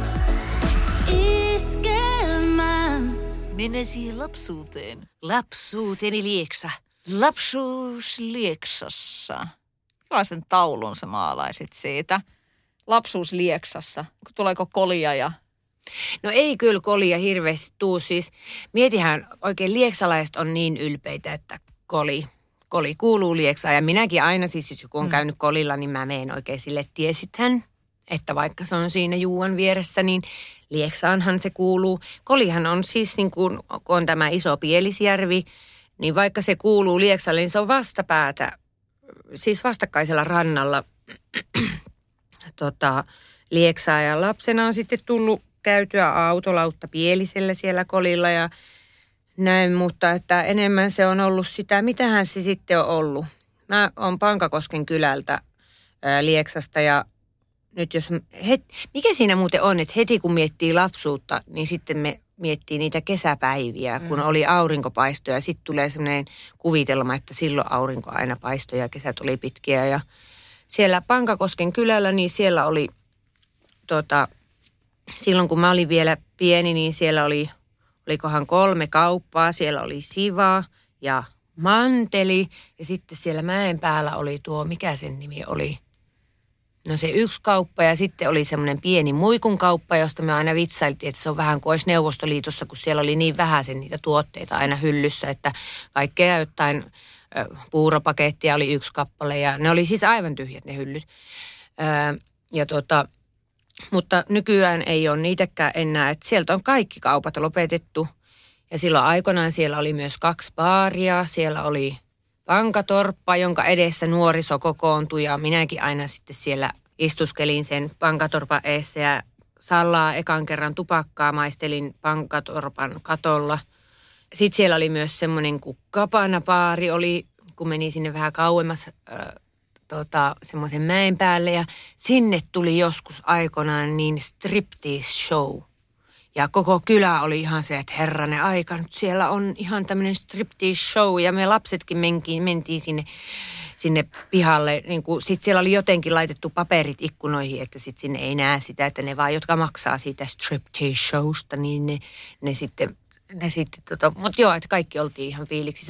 Speaker 3: Mene siihen lapsuuteen.
Speaker 4: Lapsuuteni lieksa.
Speaker 3: Lapsuus Lieksassa. Millaisen taulun sä maalaisit siitä? Lapsuus Lieksassa. Tuleeko kolia ja...
Speaker 4: No ei kyllä kolia hirveästi tuu. Siis mietihän oikein lieksalaiset on niin ylpeitä, että koli, koli kuuluu Lieksaan. Ja minäkin aina siis, jos joku on mm. käynyt kolilla, niin mä menen oikein sille, tiesithän, että vaikka se on siinä Juuan vieressä, niin Lieksaanhan se kuuluu. Kolihan on siis niin kuin, kun on tämä iso Pielisjärvi, niin vaikka se kuuluu Lieksalle, niin se on vastapäätä, siis vastakkaisella rannalla tota, Lieksaa. Ja lapsena on sitten tullut käytyä autolautta Pielisellä siellä kolilla ja näin, mutta että enemmän se on ollut sitä, mitähän se sitten on ollut. Mä oon Pankakosken kylältä ää, Lieksasta ja nyt jos, het, mikä siinä muuten on, että heti kun miettii lapsuutta, niin sitten me miettii niitä kesäpäiviä, kun mm. oli aurinkopaistoja. Sitten tulee sellainen kuvitelma, että silloin aurinko aina paistoi ja kesät oli pitkiä. Ja siellä Pankakosken kylällä, niin siellä oli, tota, silloin kun mä olin vielä pieni, niin siellä oli, olikohan kolme kauppaa. Siellä oli Siva ja Manteli ja sitten siellä mäen päällä oli tuo, mikä sen nimi oli? No se yksi kauppa ja sitten oli semmoinen pieni muikun kauppa, josta me aina vitsailtiin, että se on vähän kuin olisi Neuvostoliitossa, kun siellä oli niin vähäisen niitä tuotteita aina hyllyssä, että kaikkea jotain puuropakettia oli yksi kappale ja ne oli siis aivan tyhjät ne hyllyt. Ja tota, mutta nykyään ei ole niitäkään enää, että sieltä on kaikki kaupat lopetettu ja silloin aikoinaan siellä oli myös kaksi baaria, siellä oli Pankatorppa, jonka edessä nuoriso kokoontui ja minäkin aina sitten siellä istuskelin sen Pankatorpan eessä ja sallaa ekan kerran tupakkaa maistelin Pankatorpan katolla. Sitten siellä oli myös semmoinen kuin kapanapaari, oli, kun meni sinne vähän kauemmas äh, tota, semmoisen mäen päälle ja sinne tuli joskus aikoinaan niin striptease show. Ja koko kylä oli ihan se, että herranen aika, nyt siellä on ihan tämmöinen striptease show ja me lapsetkin mentiin, mentiin sinne, sinne pihalle. Niin sitten siellä oli jotenkin laitettu paperit ikkunoihin, että sitten sinne ei näe sitä, että ne vaan, jotka maksaa siitä striptease showsta, niin ne, ne sitten, ne sitten tota, mutta joo, että kaikki oltiin ihan fiiliksissä.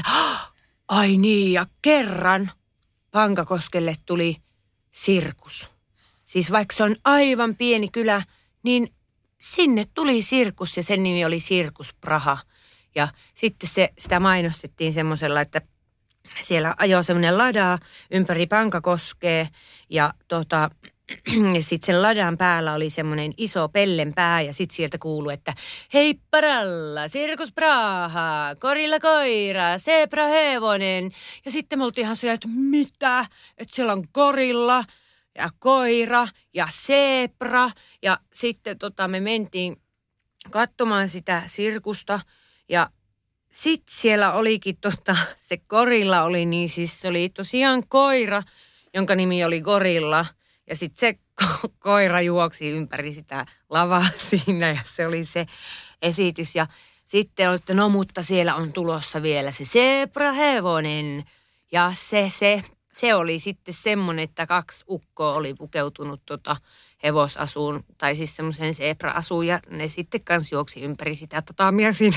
Speaker 4: Ai niin, ja kerran Pankakoskelle tuli sirkus. Siis vaikka se on aivan pieni kylä, niin sinne tuli sirkus ja sen nimi oli Sirkus Praha. Ja sitten se, sitä mainostettiin semmoisella, että siellä ajoi semmoinen lada ympäri Pankakoskea ja, tota, ja sitten sen ladan päällä oli semmoinen iso pellenpää ja sitten sieltä kuului, että hei paralla, Sirkus Praha, korilla koira, zebra hevonen. Ja sitten me oltiin ihan siellä, että mitä? Että siellä on korilla ja koira ja zebra. Ja sitten tota, me mentiin katsomaan sitä sirkusta ja sitten siellä olikin tota, se gorilla oli niin siis se oli tosiaan koira, jonka nimi oli Gorilla. Ja sitten se ko- koira juoksi ympäri sitä lavaa siinä ja se oli se esitys. Ja sitten oli, että no mutta siellä on tulossa vielä se zebra-hevonen ja se, se, se oli sitten semmoinen, että kaksi ukkoa oli pukeutunut tota hevosasuun, tai siis semmoisen zebra-asuun, ja ne sitten kanssa juoksi ympäri sitä tatamia siinä.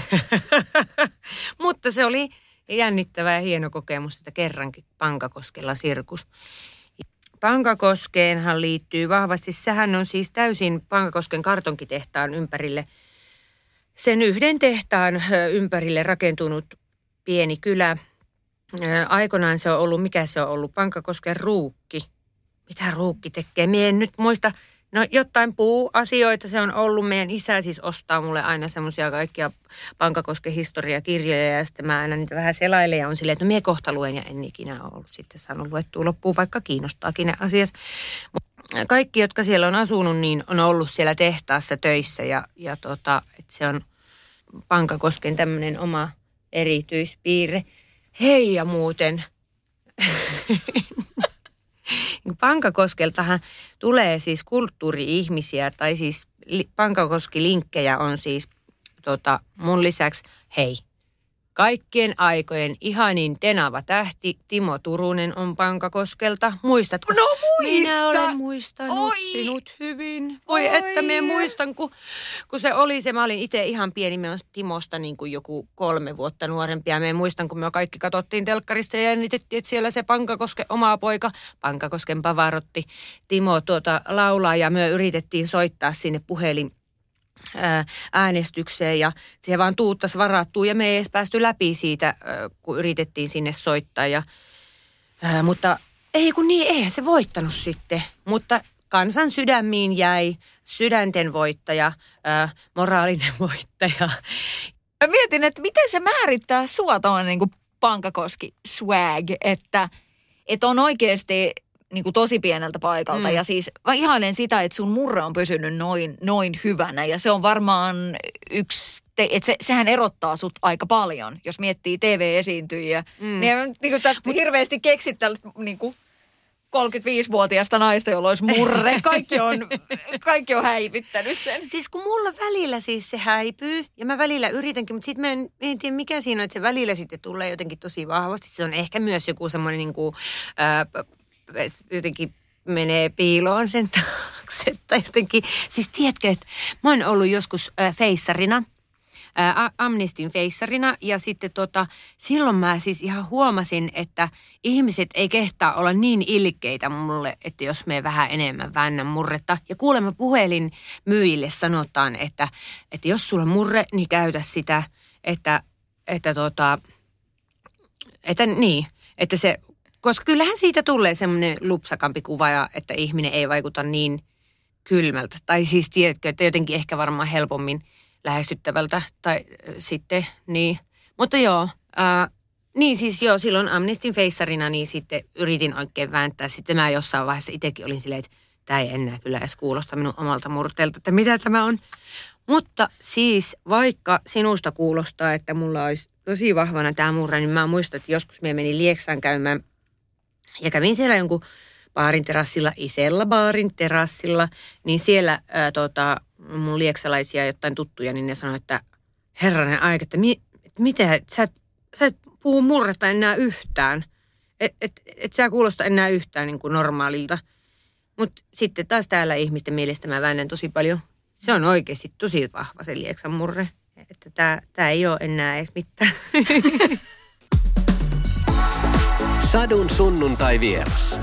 Speaker 4: Mutta se oli jännittävä ja hieno kokemus, että kerrankin Pankakoskella sirkus. Pankakoskeenhan liittyy vahvasti, sehän on siis täysin Pankakosken kartonkitehtaan ympärille, sen yhden tehtaan ympärille rakentunut pieni kylä. Aikoinaan se on ollut, mikä se on ollut, Pankakosken ruukki. Mitä ruukki tekee? Mie en nyt muista, no jotain puuasioita se on ollut. Meidän isä siis ostaa mulle aina semmoisia kaikkia Pankakosken historiakirjoja ja sitten mä aina niitä vähän selailen ja on silleen, että no mie kohta luen ja en ikinä ole sitten saanut luettua loppuun, vaikka kiinnostaakin ne asiat. Kaikki, jotka siellä on asunut, niin on ollut siellä tehtaassa töissä ja, ja tota, että se on Pankakosken tämmöinen oma erityispiirre. Hei ja muuten... Pankakoskeltahan tulee siis kulttuuri-ihmisiä, tai siis Pankakoski-linkkejä on siis tota, mun lisäksi, hei, kaikkien aikojen ihanin tenava tähti Timo Turunen on Pankakoskelta. Muistatko?
Speaker 3: No
Speaker 4: Minä olen muistanut
Speaker 3: Oi.
Speaker 4: sinut hyvin. Voi
Speaker 3: Oi.
Speaker 4: että me muistan, kun, kun se oli se, mä olin itse ihan pieni, me on Timosta niin kuin joku kolme vuotta nuorempi. Ja me muistan, kun me kaikki katsottiin telkkarista ja jännitettiin, että siellä se Pankakosken oma poika, Pankakosken Pavarotti, Timo tuota laulaa ja me yritettiin soittaa sinne puhelin äänestykseen ja se vaan tuuttas varattuu ja me ei edes päästy läpi siitä, kun yritettiin sinne soittaa. Ja, ää, mutta ei kun niin, eihän se voittanut sitten, mutta kansan sydämiin jäi sydänten voittaja, ää, moraalinen voittaja.
Speaker 3: Mä mietin, että miten se määrittää sua tuollainen niin kuin Pankakoski swag, että, että on oikeasti niin kuin tosi pieneltä paikalta. Mm. Ja siis mä ihailen sitä, että sun murre on pysynyt noin, noin hyvänä. Ja se on varmaan yksi, te, että se, sehän erottaa sut aika paljon, jos miettii T V-esiintyjiä. Mm. Niin, niin kuin tästä Mut... hirveästi keksit tällaista niin kuin kolmekymmentäviisivuotiaasta naista, jolla olisi murre. Kaikki on, kaikki on häivittänyt sen.
Speaker 4: Siis kun mulla välillä siis se häipyy ja mä välillä yritänkin, mutta sitten mä en, en tiedä mikä siinä on, että se välillä sitten tulee jotenkin tosi vahvasti. Se on ehkä myös joku semmoinen niin kuin, ää, jotenkin menee piiloon sen taakse tai jotenkin. Siis tiedätkö, että mä oon ollut joskus äh, feissarina, äh, Amnestin feissarina ja sitten tota, silloin mä siis ihan huomasin, että ihmiset ei kehtaa olla niin ilkeitä mulle, että jos me vähän enemmän väännän murretta. Ja kuulemma puhelin myyjille sanotaan, että, että jos sulla on murre, niin käytä sitä, että, että tota, että niin, että se... Koska kyllähän siitä tulee semmoinen lupsakampi kuva, ja että ihminen ei vaikuta niin kylmältä. Tai siis tiedätkö, että jotenkin ehkä varmaan helpommin lähestyttävältä. Tai äh, sitten niin. Mutta joo, äh, niin siis joo, silloin Amnestin feissarina niin sitten yritin oikein vääntää. Sitten mä jossain vaiheessa itsekin olin silleen, että tämä ei enää kyllä edes kuulosta minun omalta murteelta, että mitä tämä on. Mutta siis vaikka sinusta kuulostaa, että mulla olisi tosi vahvana tämä murre, niin mä muistan, että joskus me menin Lieksaan käymään. Ja kävin siellä jonkun baarin terassilla, Isella baarin terassilla, niin siellä ää, tota, mun lieksalaisia jotain tuttuja, niin ne sanoi, että herranen aika, että mi, et mitä, et sä, sä et puhu murretta enää yhtään. Että et, et sä kuulosta enää yhtään niin kuin normaalilta. Mutta sitten taas täällä ihmisten mielestä mä väännän tosi paljon. Se on oikeasti tosi vahva se Lieksan murre. Että tää, tää ei ole enää edes mitään.
Speaker 2: Sadun sunnuntai vieras.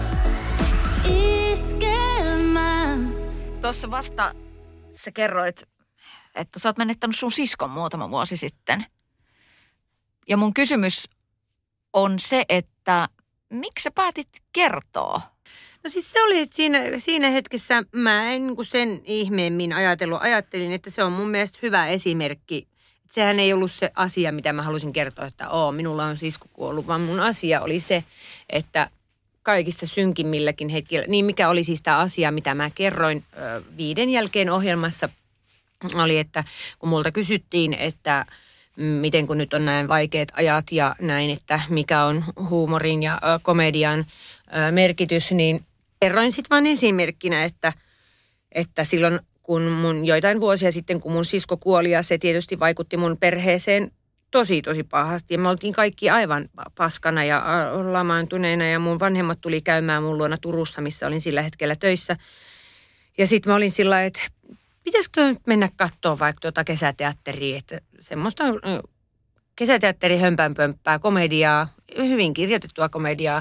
Speaker 3: Tuossa vasta sä kerroit, että sä oot menettänyt sun siskon muutama vuosi sitten. Ja mun kysymys on se, että miksi sä päätit kertoa?
Speaker 4: No siis se oli, että siinä, siinä hetkessä mä en sen ihmeemmin ajatellut. Ajattelin, että se on mun mielestä hyvä esimerkki. Sehän ei ollut se asia, mitä mä halusin kertoa, että oo, minulla on sisko kuollut, vaan mun asia oli se, että kaikista synkimmilläkin hetkellä, niin mikä oli siis tämä asia, mitä mä kerroin ö, viiden jälkeen ohjelmassa, oli, että kun multa kysyttiin, että miten kun nyt on näin vaikeat ajat ja näin, että mikä on huumorin ja ö, komedian ö, merkitys, niin kerroin sitten vain esimerkkinä, että, että silloin kun mun joitain vuosia sitten, kun mun sisko kuoli ja se tietysti vaikutti mun perheeseen tosi, tosi pahasti. Ja me oltiin kaikki aivan paskana ja lamaantuneena ja mun vanhemmat tuli käymään mun luona Turussa, missä olin sillä hetkellä töissä. Ja sitten mä olin sillä että pitäisikö nyt mennä katsoa vaikka tuota kesäteatteria, että semmoista kesäteatteri hömpänpömppää, komediaa, hyvin kirjoitettua komediaa.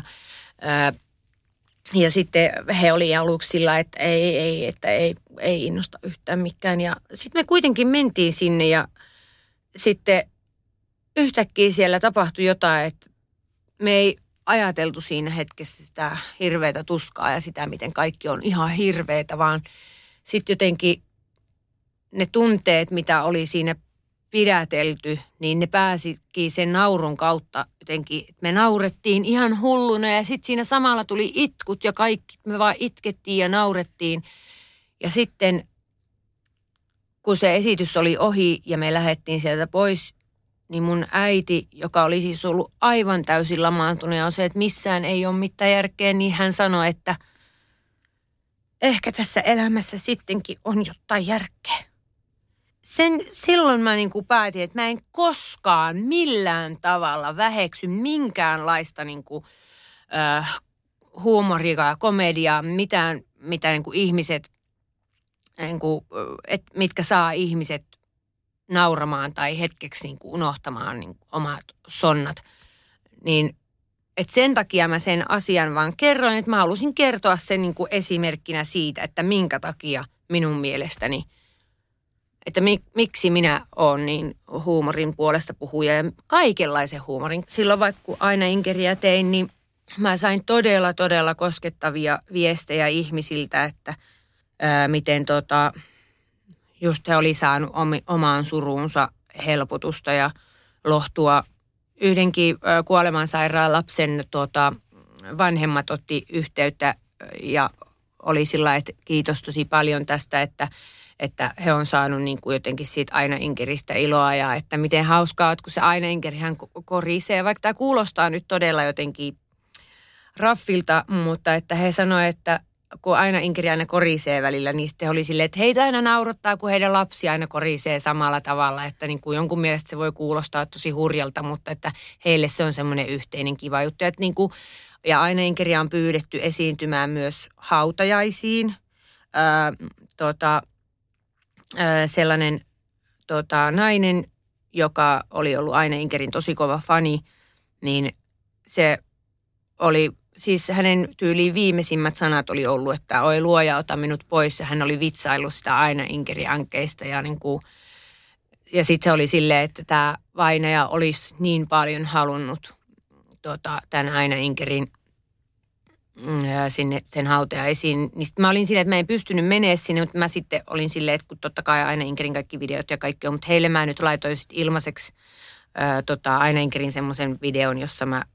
Speaker 4: Ja sitten he oli aluksi sillä, että ei, ei, että ei, ei innosta yhtään mikään. Ja sitten me kuitenkin mentiin sinne ja sitten yhtäkkiä siellä tapahtui jotain, että me ei ajateltu siinä hetkessä sitä hirveätä tuskaa ja sitä, miten kaikki on ihan hirveätä, vaan sitten jotenkin ne tunteet, mitä oli siinä pidätelty, niin ne pääsikin sen naurun kautta jotenkin. Me naurettiin ihan hulluna ja sitten siinä samalla tuli itkut ja kaikki, me vaan itkettiin ja naurettiin. Ja sitten kun se esitys oli ohi ja me lähdettiin sieltä pois, niin mun äiti, joka oli siis ollut aivan täysin lamaantunut ja on se, että missään ei ole mitään järkeä, niin hän sanoi, että ehkä tässä elämässä sittenkin on jotain järkeä. Sen, silloin mä niin kuin päätin, että mä en koskaan millään tavalla väheksy minkäänlaista niin kuin, äh, huumoria ja komediaa, mitään, mitä niin kuin ihmiset, niin kuin, et, mitkä saa ihmiset nauramaan tai hetkeksi niin kuin unohtamaan niin kuin omat sonnat. Niin, et sen takia mä sen asian vaan kerroin, että mä halusin kertoa sen niin kuin esimerkkinä siitä, että minkä takia minun mielestäni, että mi, miksi minä oon niin huumorin puolesta puhuja ja kaikenlaisen huumorin. Silloin vaikka kun aina inkeriä tein, niin mä sain todella, todella koskettavia viestejä ihmisiltä, että ää, miten tota, just he oli saanut omaan suruunsa helpotusta ja lohtua. Yhdenkin ää, kuolemansairaan lapsen tota, vanhemmat otti yhteyttä ja oli sillä, että kiitos tosi paljon tästä, että, että he on saanut niin kuin jotenkin siitä aina inkeristä iloa ja että miten hauskaa, että kun se aina inkerihän korisee, vaikka tämä kuulostaa nyt todella jotenkin raffilta, mutta että he sanoivat, että kun aina inkeri aina korisee välillä, niin sitten he oli silleen, että heitä aina naurattaa, kun heidän lapsi aina korisee samalla tavalla, että niin kuin jonkun mielestä se voi kuulostaa tosi hurjalta, mutta että heille se on semmoinen yhteinen kiva juttu, että niin kuin, ja aina inkeriä on pyydetty esiintymään myös hautajaisiin. Ää, tota, ää, sellainen tota, nainen, joka oli ollut aina inkerin tosi kova fani, niin se oli, siis hänen tyyliin viimeisimmät sanat oli ollut, että oi luoja, ota minut pois. Ja hän oli vitsaillut sitä aina inkeriankeista ja niin kuin, ja sitten se oli silleen, että tämä vainaja olisi niin paljon halunnut tota, tämän aina inkerin sinne sen hautajaisiin. Niin sitten mä olin silleen, että mä en pystynyt menemään sinne, mutta mä sitten olin silleen, että kun totta kai aina inkerin kaikki videot ja kaikki on, mutta heille mä nyt laitoin sitten ilmaiseksi ää, tota, aina inkerin semmoisen videon, jossa mä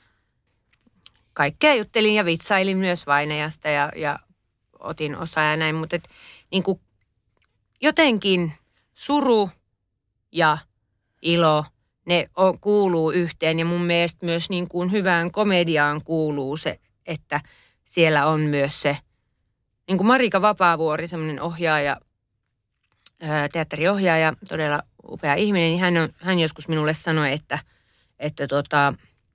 Speaker 4: kaikkea juttelin ja vitsailin myös vainajasta ja, ja otin osaa ja näin, mutta et, niin kuin jotenkin suru ja ilo, ne on, kuuluu yhteen ja mun mielestä myös niin kuin hyvään komediaan kuuluu se, että siellä on myös se, niin kuin Marika Vapaavuori, semmoinen ohjaaja, ää, teatteriohjaaja, todella upea ihminen, niin hän, on, hän joskus minulle sanoi, että, että tota,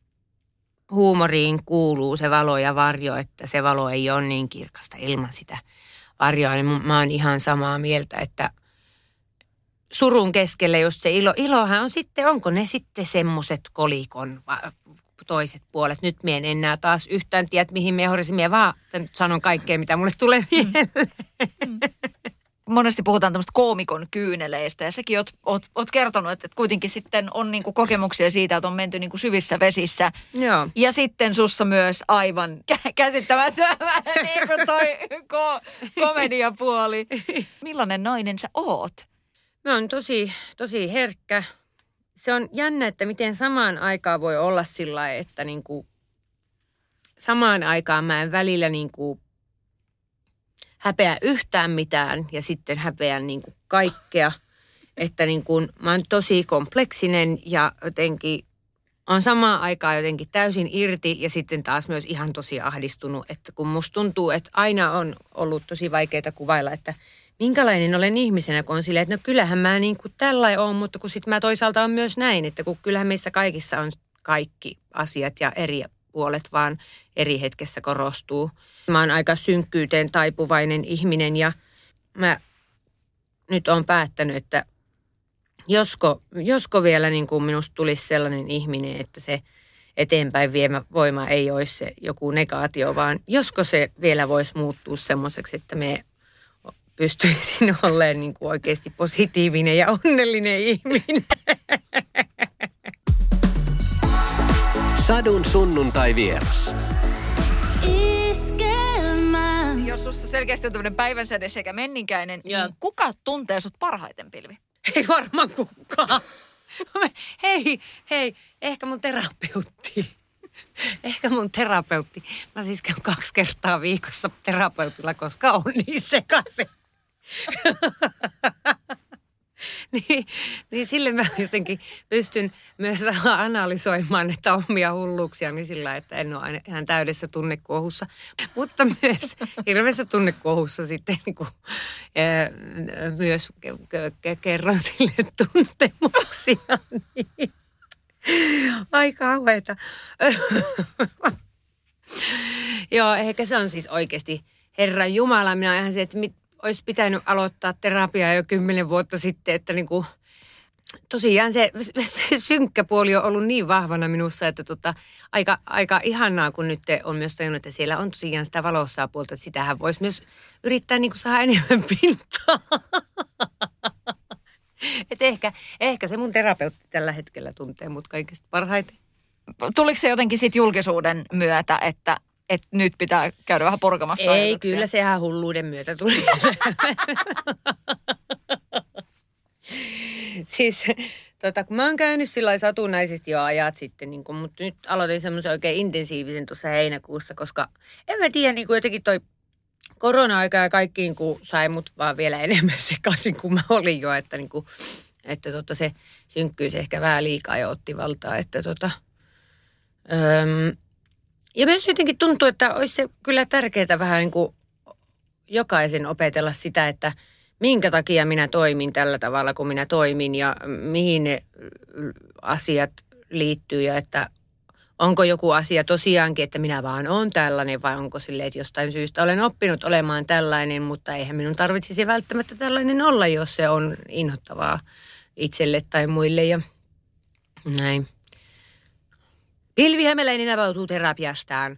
Speaker 4: huumoriin kuuluu se valo ja varjo, että se valo ei ole niin kirkasta ilman sitä varjoa. Niin mä oon ihan samaa mieltä, että surun keskellä just se ilo. Ilohan on sitten, onko ne sitten semmoiset kolikon toiset puolet. Nyt mie en enää taas yhtään tiedä, mihin mie horisin. Mie vaan sanon kaikkea, mitä mulle tulee mieleen.
Speaker 3: Monesti puhutaan tämmöistä koomikon kyyneleistä ja säkin oot, oot, oot kertonut, että kuitenkin sitten on niinku kokemuksia siitä, että on menty niinku syvissä vesissä.
Speaker 4: Joo.
Speaker 3: Ja sitten sussa myös aivan kä- käsittämättömän niin kuin toi ko- komediapuoli. Millainen nainen sä oot?
Speaker 4: Mä oon tosi, tosi herkkä. Se on jännä, että miten samaan aikaan voi olla sillä lailla, että niinku, samaan aikaan mä en välillä niinku häpeä yhtään mitään ja sitten häpeän niin kuin kaikkea. Että niin kuin, mä oon tosi kompleksinen ja jotenkin on samaan aikaan jotenkin täysin irti ja sitten taas myös ihan tosi ahdistunut. Että kun musta tuntuu, että aina on ollut tosi vaikeaa kuvailla, että minkälainen olen ihmisenä, kun on silleen, että no kyllähän mä niin kuin tällainen oon, mutta kun sitten mä toisaalta on myös näin, että kun kyllähän meissä kaikissa on kaikki asiat ja eri puolet vaan eri hetkessä korostuu. Mä oon aika synkkyyteen taipuvainen ihminen ja mä nyt oon päättänyt, että josko, josko vielä niin kuin minusta tulisi sellainen ihminen, että se eteenpäin viemä voima ei olisi se joku negaatio, vaan josko se vielä voisi muuttua semmoiseksi, että me pystyisin olemaan niin kuin oikeasti positiivinen ja onnellinen ihminen.
Speaker 2: Sadun sunnuntai vieras.
Speaker 3: Jos susta selkeästi on tämmöinen päivänsäde sekä menninkäinen, ja niin kuka tuntee sut parhaiten, Pilvi?
Speaker 4: Ei varmaan kukaan. Hei, hei, ehkä mun terapeutti. Ehkä mun terapeutti. Mä siis käyn kaksi kertaa viikossa terapeutilla, koska on niin sekaisin. Niin, niin sille mä jotenkin pystyn myös analysoimaan näitä omia hulluuksiani sillä, että en ole aina ihan täydessä tunnekuohussa. Mutta myös hirveässä tunnekuohussa sitten niin kuin, ää, myös kerron sille tuntemuksia. Niin. Ai kauheeta. Joo, ehkä se on siis oikeasti, Herran Jumala, minä ihan se, että mit, olisi pitänyt aloittaa terapiaa jo kymmenen vuotta sitten, että niinku, tosiaan se, se synkkä puoli on ollut niin vahvana minussa, että tota, aika, aika ihanaa, kun nyt on myös tajunnut, että siellä on tosiaan sitä valossa puolta, että sitähän voisi myös yrittää niinku saada enemmän pintaa. Että ehkä, ehkä se mun terapeutti tällä hetkellä tuntee mut kaikista parhaiten.
Speaker 3: Tuliko se jotenkin sit julkisuuden myötä, että, että nyt pitää käydä vähän purkamassa
Speaker 4: Ei,
Speaker 3: ajatuksia?
Speaker 4: kyllä se ihan hulluuden myötä tuli. Siis, tota, kun mä oon käynyt sillä lailla satunnaisesti jo ajat sitten, niin kun, mutta nyt aloitin semmoisen oikein intensiivisen tuossa heinäkuussa, koska en mä tiedä, niin kuin jotenkin toi korona-aika ja kaikki niin kuin sai mut vaan vielä enemmän sekaisin kuin mä olin jo, että, niin kuin, että tota, se synkkyys ehkä vähän liikaa jo otti valtaa, että tota, öm, ja myös jotenkin tuntuu, että olisi se kyllä tärkeää vähän niin kuin jokaisen opetella sitä, että minkä takia minä toimin tällä tavalla, kun minä toimin ja mihin ne asiat liittyy ja että onko joku asia tosiaankin, että minä vaan olen tällainen vai onko silleen, että jostain syystä olen oppinut olemaan tällainen, mutta eihän minun tarvitsisi välttämättä tällainen olla, jos se on inhottavaa itselle tai muille ja näin. Pilvi Hämäläinen avautuu terapiastaan.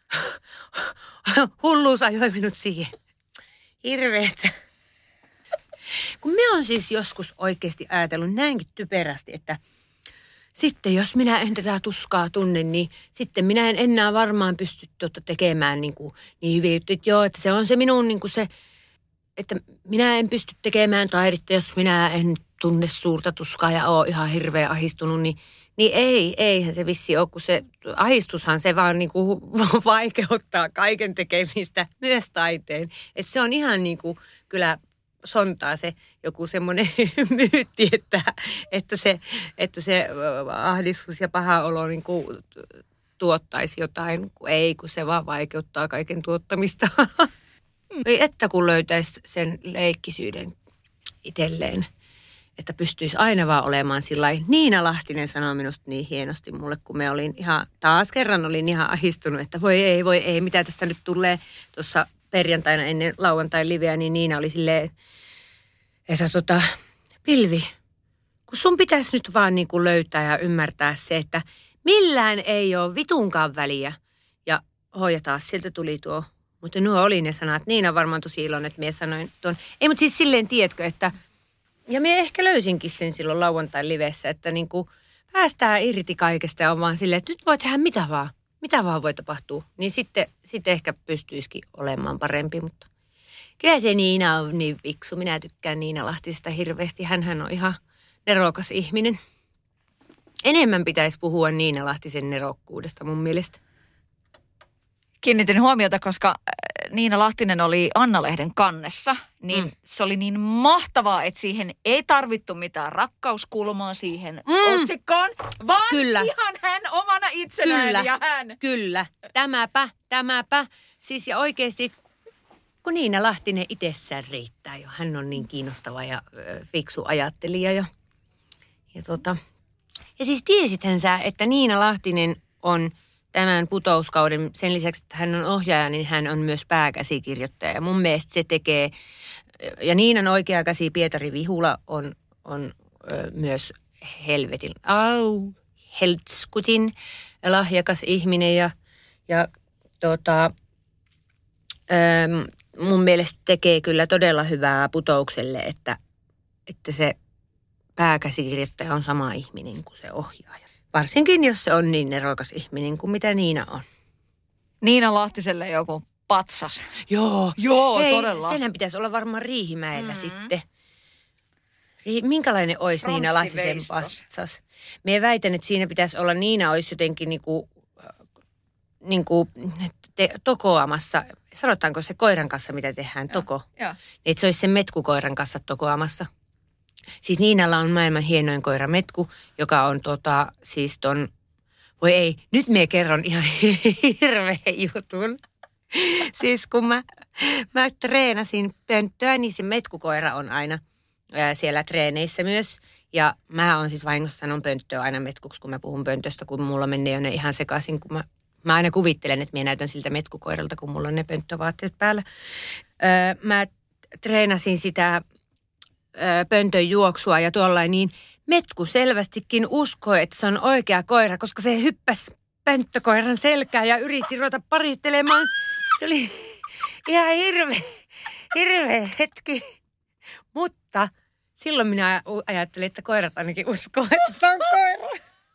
Speaker 4: Hulluus ajoi minut siihen. Hirveetä. Kun me on siis joskus oikeasti ajatellut näinkin typerästi, että sitten jos minä en tätä tuskaa tunne, niin sitten minä en enää varmaan pysty tuota tekemään niin, kuin, niin hyviä juttuja. Että joo, että se on se minun niin kuin se, että minä en pysty tekemään taidetta, jos minä en tunne suurta tuskaa ja ole ihan hirveän ahistunut, niin, niin ei, eihän se vissi ole, kun se ahistushan se vaan niin kuin vaikeuttaa kaiken tekemistä, myös taiteen. Että se on ihan niin kuin kyllä sontaa se joku semmoinen myytti, että, että, se, että se ahdistus ja paha olo niin kuin tuottaisi jotain, kun ei, kun se vaan vaikeuttaa kaiken tuottamista. Ei, että kun löytäisi sen leikkisyyden itselleen, että pystyisi aina vaan olemaan sillain. Niina Lahtinen sanoi minusta niin hienosti mulle, kun me olin ihan, taas kerran olin ihan ahistunut, että voi ei, voi ei, mitä tästä nyt tulee tuossa perjantaina ennen lauantai-liveä, niin Niina oli silleen, että tota, Pilvi, kun sun pitäisi nyt vaan niin kuin löytää ja ymmärtää se, että millään ei ole vitunkaan väliä. Ja hoja taas, sieltä tuli tuo, mutta nuo oli ne sanat. Niina varmaan tosi iloinen, että minä sanoin tuon. Ei, mutta siis silleen tiedätkö, että, ja minä ehkä löysinkin sen silloin lauantai-livessä, että niin kuin päästään irti kaikesta ja on vaan silleen, että nyt voi tehdä mitä vaan. Mitä vaan voi tapahtua, niin sitten, sitten ehkä pystyisikin olemaan parempi, mutta kyllä se Niina on niin fiksu. Minä tykkään Niina Lahtisesta hirveästi. Hänhän on ihan nerokas ihminen. Enemmän pitäisi puhua Niina Lahtisen nerokkuudesta mun mielestä.
Speaker 3: Kiinnitin huomiota, koska Niina Lahtinen oli Anna-lehden kannessa, niin mm. se oli niin mahtavaa, että siihen ei tarvittu mitään rakkauskulmaa siihen mm. otsikkoon, vaan
Speaker 4: Kyllä.
Speaker 3: ihan hän omana itsenään
Speaker 4: Kyllä.
Speaker 3: ja hän.
Speaker 4: Kyllä, tämäpä, tämäpä. Siis ja oikeasti, kun Niina Lahtinen itsessään riittää jo. Hän on niin kiinnostava ja ö, fiksu ajattelija. Ja, ja, tota. ja siis tiesithän sä, että Niina Lahtinen on tämän putouskauden, sen lisäksi, että hän on ohjaaja, niin hän on myös pääkäsikirjoittaja. Ja mun mielestä se tekee, ja Niinan oikea käsi Pietari Vihula on, on ö, myös helvetin, au, heltskutin lahjakas ihminen. Ja, ja tota, ö, mun mielestä tekee kyllä todella hyvää putoukselle, että, että se pääkäsikirjoittaja on sama ihminen kuin se ohjaaja. Varsinkin, jos se on niin nerokas ihminen kuin mitä Niina on.
Speaker 3: Niina Lahtiselle joku patsas.
Speaker 4: Joo.
Speaker 3: Joo,
Speaker 4: Hei,
Speaker 3: todella.
Speaker 4: senhän pitäisi olla varmaan Riihimäellä mm-hmm. sitten. Ri- Minkälainen olisi Niina Lahtisen patsas? Mie väitän, että siinä pitäisi olla, Niina olisi jotenkin niinku, niinku te, tokoamassa. Sanotaanko se koiran kanssa, mitä tehdään, ja, toko?
Speaker 3: Ja.
Speaker 4: Että se olisi sen metkukoiran kanssa tokoamassa. Siis Niinalla on maailman hienoin koira Metku, joka on tota, siis ton, voi ei, nyt me kerron ihan hirveän jutun. Siis kun mä, mä treenasin pönttöä, niin se Metkukoira on aina ää, siellä treeneissä myös. Ja mä oon siis vahingossa sanon pönttöä aina Metkuksi, kun mä puhun pöntöstä, kun mulla menee jo ne ihan sekaisin, kun mä, Mä aina kuvittelen, että minä näytän siltä metkukoiralta, kun mulla on ne pönttövaatteet päällä. Öö, mä treenasin sitä öö, pöntön juoksua ja tuollain, niin metku selvästikin uskoi, että se on oikea koira, koska se hyppäsi pönttökoiran selkään ja yritti ruveta parittelemaan. Se oli ihan hirveä, hirveä hetki. Mutta silloin minä ajattelin, että koirat ainakin uskoo, että se on koira.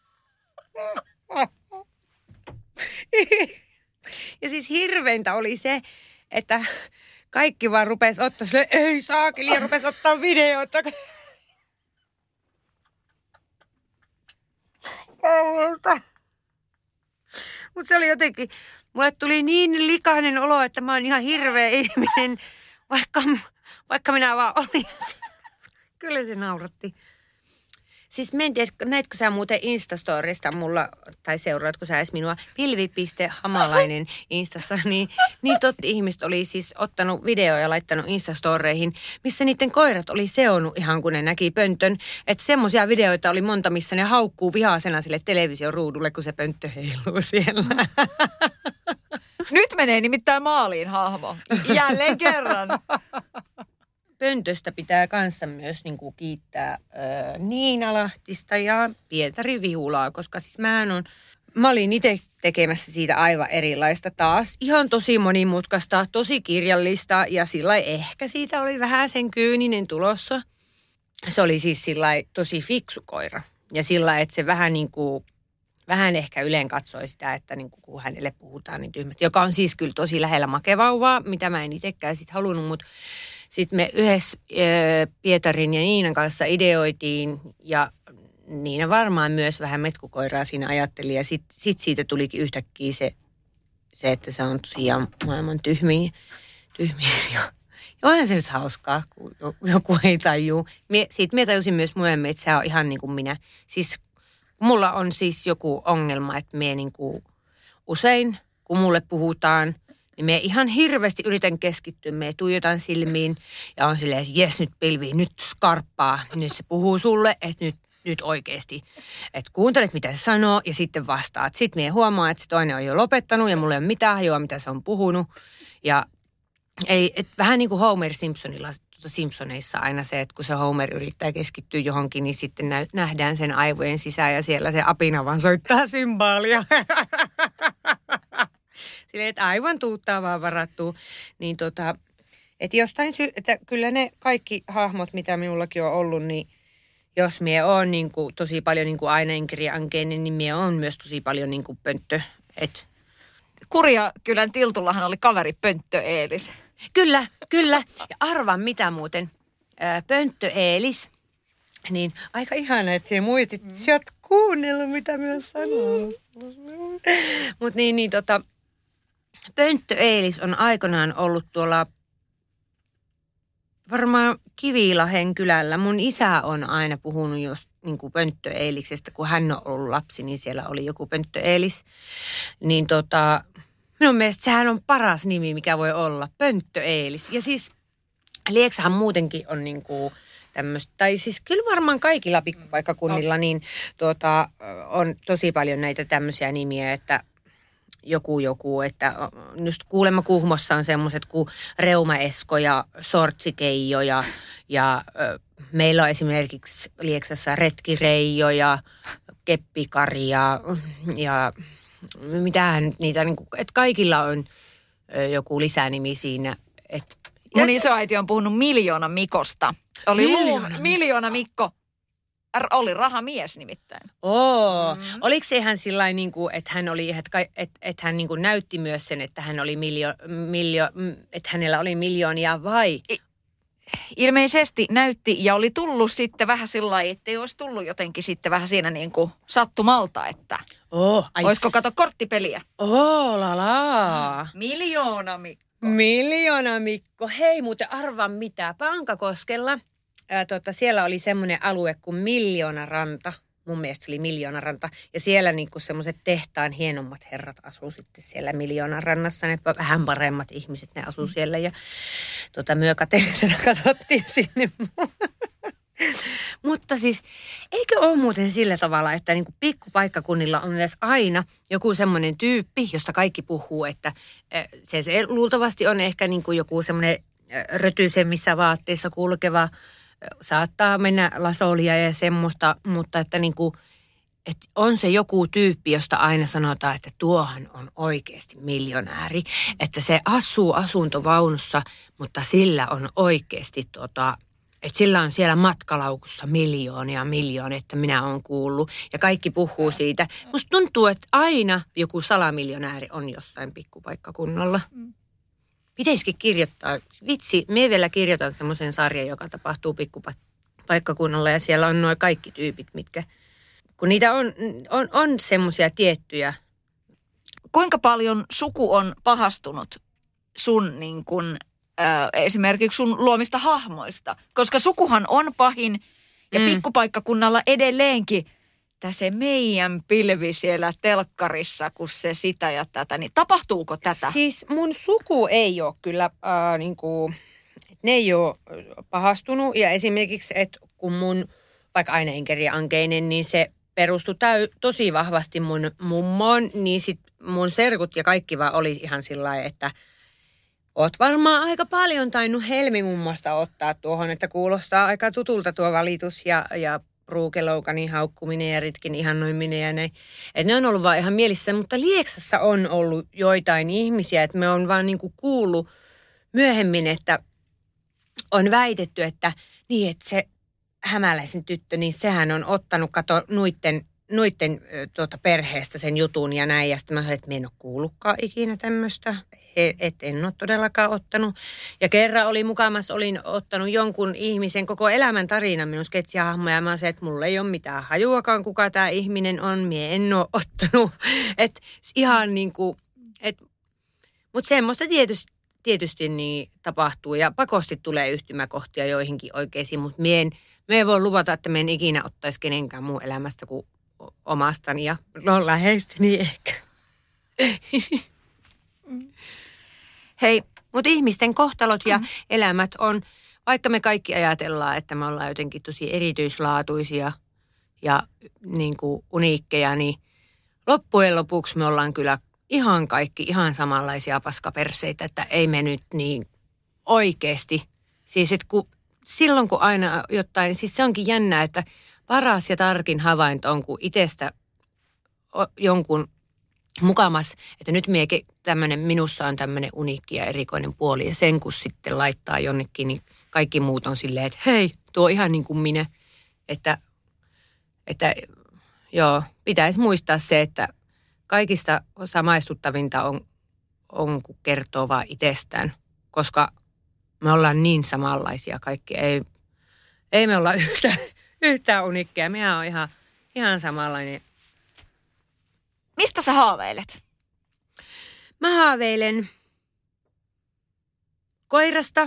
Speaker 4: Ja siis hirveintä oli se, että kaikki vaan rupesi ottaa sille, ei saakeli, ja rupesi ottaa videoita. Mutta se oli jotenkin, mulle tuli niin likainen olo, että mä oon ihan hirveä ihminen, vaikka, vaikka minä vaan olin. Kyllä se nauratti. Siis mä en tiedä, näetkö sä muuten Instastorista mulla, tai seuraatko sä edes minua, pilvi.hamalainen Instassa, niin, niin tot ihmiset oli siis ottanut videoja ja laittanut Instastoreihin, missä niiden koirat oli seonnut ihan kun ne näki pöntön. Että semmoisia videoita oli monta, missä ne haukkuu vihaisena sille televisioruudulle, kun se pönttö heiluu siellä.
Speaker 3: Nyt menee nimittäin maaliin hahmo. Jälleen kerran.
Speaker 4: Pöntöstä pitää kanssa myös niin kuin kiittää ö, Niina Lahtista ja Pietari Vihulaa, koska siis mähän on, mä olin itse tekemässä siitä aivan erilaista taas. Ihan tosi monimutkaista, tosi kirjallista ja sillä ehkä siitä oli vähän sen kyyninen tulossa. Se oli siis sillä tosi fiksu koira ja sillä että se vähän niin kuin, vähän ehkä yleen katsoi sitä, että niin kuin, kun hänelle puhutaan niin tyhmästi, joka on siis kyllä tosi lähellä makevauvaa, mitä mä en itsekään sitten halunnut, mutta sitten me yhdessä Pietarin ja Niinan kanssa ideoitiin ja Niina varmaan myös vähän metkukoiraa siinä ajatteli. Ja sitten sit siitä tulikin yhtäkkiä se, se, että se on tosiaan maailman tyhmiä. tyhmiä. Ja onhan se nyt hauskaa, kun joku ei tajuu. Mie, siitä minä tajusin myös myöhemmin, että se on ihan niin kuin minä. Siis mulla on siis joku ongelma, että minä niin kuin usein, kun mulle puhutaan, niin me ihan hirveästi yritän keskittyä, me tuijotan silmiin ja on silleen, että jes nyt pilvi, nyt skarppaa, nyt se puhuu sulle, että nyt, nyt oikeasti. Että kuuntelet mitä se sanoo ja sitten vastaat. Sitten me huomaa, että se toinen on jo lopettanut ja mulla ei ole mitään hajoa, mitä se on puhunut. Ja ei, et vähän niin kuin Homer Simpsonilla, tuota Simpsoneissa aina se, että kun se Homer yrittää keskittyä johonkin, niin sitten nä- nähdään sen aivojen sisään ja siellä se apina vaan soittaa symbaalia. Silleen, että aivan tuuttaa vaan varattuu. Niin tota, että jostain sy- että kyllä ne kaikki hahmot, mitä minullakin on ollut, niin jos mie oon niin kuin tosi paljon niin kuin aineenkirja-ankeinen, niin mie oon myös tosi paljon niin kuin pönttö. Et.
Speaker 3: Kurjakylän Tiltullahan oli kaveri Pönttö Eelis.
Speaker 4: Kyllä, kyllä. Ja arvaa mitä muuten. Ää, Pönttö Eelis. Niin aika ihana, että sinä muistit. Mm. Sinä oot kuunnellut, mitä myös sanoo. Mutta niin, niin tota... Pönttö Eelis on aikanaan ollut tuolla varmaan Kivilahen kylällä. Mun isä on aina puhunut just niin kuin Pönttö Eeliksestä, kun hän on ollut lapsi, niin siellä oli joku Pönttö Eelis. Niin tota, minun mielestä sehän on paras nimi, mikä voi olla, Pönttö Eelis. Ja siis Lieksahan muutenkin on niin kuin tämmöistä, tai siis kyllä varmaan kaikilla pikkupaikkakunnilla niin tuota, on tosi paljon näitä tämmöisiä nimiä, että joku joku, että just kuulemma Kuhmossa on semmoiset kuin Reuma Esko ja Sortsikeijo ja, ja ö, meillä on esimerkiksi Lieksassa Retkireijo ja Keppikari ja, ja mitähän niitä, niin kuin, että kaikilla on ö, joku lisänimi siinä. Et,
Speaker 3: Mun isoäiti on puhunut Miljoona Mikosta. Oli Miljoona, luu, Miljoona Mikko. Oli rahamies nimittäin.
Speaker 4: Oo. Mm. Oliko se ihan sillain niin kuin, että hän oli, että, että, että hän niin kuin näytti myös sen, että hän oli miljo, miljo, että hänellä oli miljoonia vai?
Speaker 3: Ilmeisesti näytti ja oli tullut sitten vähän sillain, että ei olisi tullut jotenkin sitten vähän siinä niin kuin sattumalta, että
Speaker 4: oh,
Speaker 3: olisiko kato korttipeliä.
Speaker 4: Oh, la la.
Speaker 3: Miljoona Mikko.
Speaker 4: Miljoona Mikko. Hei muuten arvaa mitä, Pankakoskella. Ää, tota, siellä oli semmoinen alue kuin Miljoonaranta. Mun mielestä se oli Miljoonaranta. Ja siellä niinku semmoiset tehtaan hienommat herrat asuu sitten siellä Miljoonarannassa. Ne vähän paremmat ihmiset, ne asuu siellä. Ja tota, myö kateellisena katsottiin sinne. Mutta siis, eikö ole muuten sillä tavalla, että niin kuin pikkupaikkakunnilla on myös aina joku semmoinen tyyppi, josta kaikki puhuu, että se, se luultavasti on ehkä niin kuin joku semmoinen rötyisemmissä vaatteissa kulkeva, saattaa mennä lasolia ja semmoista, mutta että niin kuin, että on se joku tyyppi, josta aina sanotaan, että tuohan on oikeasti miljonääri, että se asuu asuntovaunussa, mutta sillä on oikeasti tota, että sillä on siellä matkalaukussa miljoonia miljoonia, että minä olen kuullut. Ja kaikki puhuu siitä. Musta tuntuu, että aina joku salamiljonääri on jossain pikkupaikkakunnalla. Pitäisikin kirjoittaa. Vitsi, me vielä kirjoitan semmoisen sarjan, joka tapahtuu pikkupaikkakunnalla. Ja siellä on nuo kaikki tyypit, mitkä, kun niitä on, on, on semmoisia tiettyjä.
Speaker 3: Kuinka paljon suku on pahastunut sun niin kun esimerkiksi sun luomista hahmoista, koska sukuhan on pahin ja mm. pikkupaikkakunnalla edelleenkin se meidän pilvi siellä telkkarissa, kun se sitä ja tätä, niin tapahtuuko tätä?
Speaker 4: Siis mun suku ei ole kyllä, äh, niin kuin, ne ei ole pahastunut ja esimerkiksi, että kun mun vaikka aina Inkeri Ankeinen, niin se perustui täy, tosi vahvasti mun mummoon, niin sit mun serkut ja kaikki vaan oli ihan sillä lailla, että oot varmaan aika paljon tainnut Helmi mummosta ottaa tuohon, että kuulostaa aika tutulta tuo valitus ja, ja Ruukeloukanin haukkuminen ja Ritkin ihannoiminen ja näin. Että ne on ollut vaan ihan mielissä, mutta Lieksassa on ollut joitain ihmisiä, että me on vaan niinku kuullut myöhemmin, että on väitetty, että niin, että se hämäläisen tyttö, niin sehän on ottanut, kato, nuitten, nuitten tuota, perheestä sen jutun ja näin. Ja sitten mä sanoin, että mä en ole kuullutkaan ikinä tämmöistä. Että en ole todellakaan ottanut. Ja kerran oli mukamassa, olin ottanut jonkun ihmisen koko elämän tarinan minun sketsihahmoja. Mä sanoin, että mulla ei ole mitään hajuakaan, kuka tämä ihminen on. Mie en ole ottanut. Että ihan niin kuin, että, mutta semmoista tietysti, tietysti niin tapahtuu. Ja pakosti tulee yhtymäkohtia joihinkin oikeisiin, mutta mie en, mie en voi luvata, että mie en ikinä ottaisi kenenkään muun elämästä kuin omastani ja no läheisteni ehkä.
Speaker 3: Hei,
Speaker 4: mutta ihmisten kohtalot ja mm. elämät on, vaikka me kaikki ajatellaan, että me ollaan jotenkin tosi erityislaatuisia ja niin kuin uniikkeja, niin loppujen lopuksi me ollaan kyllä ihan kaikki ihan samanlaisia paskaperseitä, että ei me nyt niin oikeasti. Siis että kun, silloin kun aina jotain, siis se onkin jännää, että paras ja tarkin havainto on, kun itsestä jonkun mukamas, että nyt mie tämmönen, minussa on tämmöinen uniikki ja erikoinen puoli ja sen kun sitten laittaa jonnekin, niin kaikki muut on silleen, että hei, tuo ihan niin kuin minä. Että, että joo, pitäisi muistaa se, että kaikista samaistuttavinta on, on kun kertoo vaan itsestään, koska me ollaan niin samanlaisia kaikki. Ei, ei me olla yhtään, yhtään uniikkeja, mehän on ihan, ihan samanlainen.
Speaker 3: Mistä sä haaveilet?
Speaker 4: Mä haaveilen koirasta,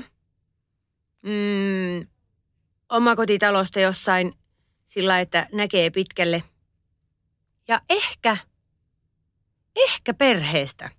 Speaker 4: mm, omakotitalosta jossain sillä, että näkee pitkälle. Ja ehkä, ehkä perheestä.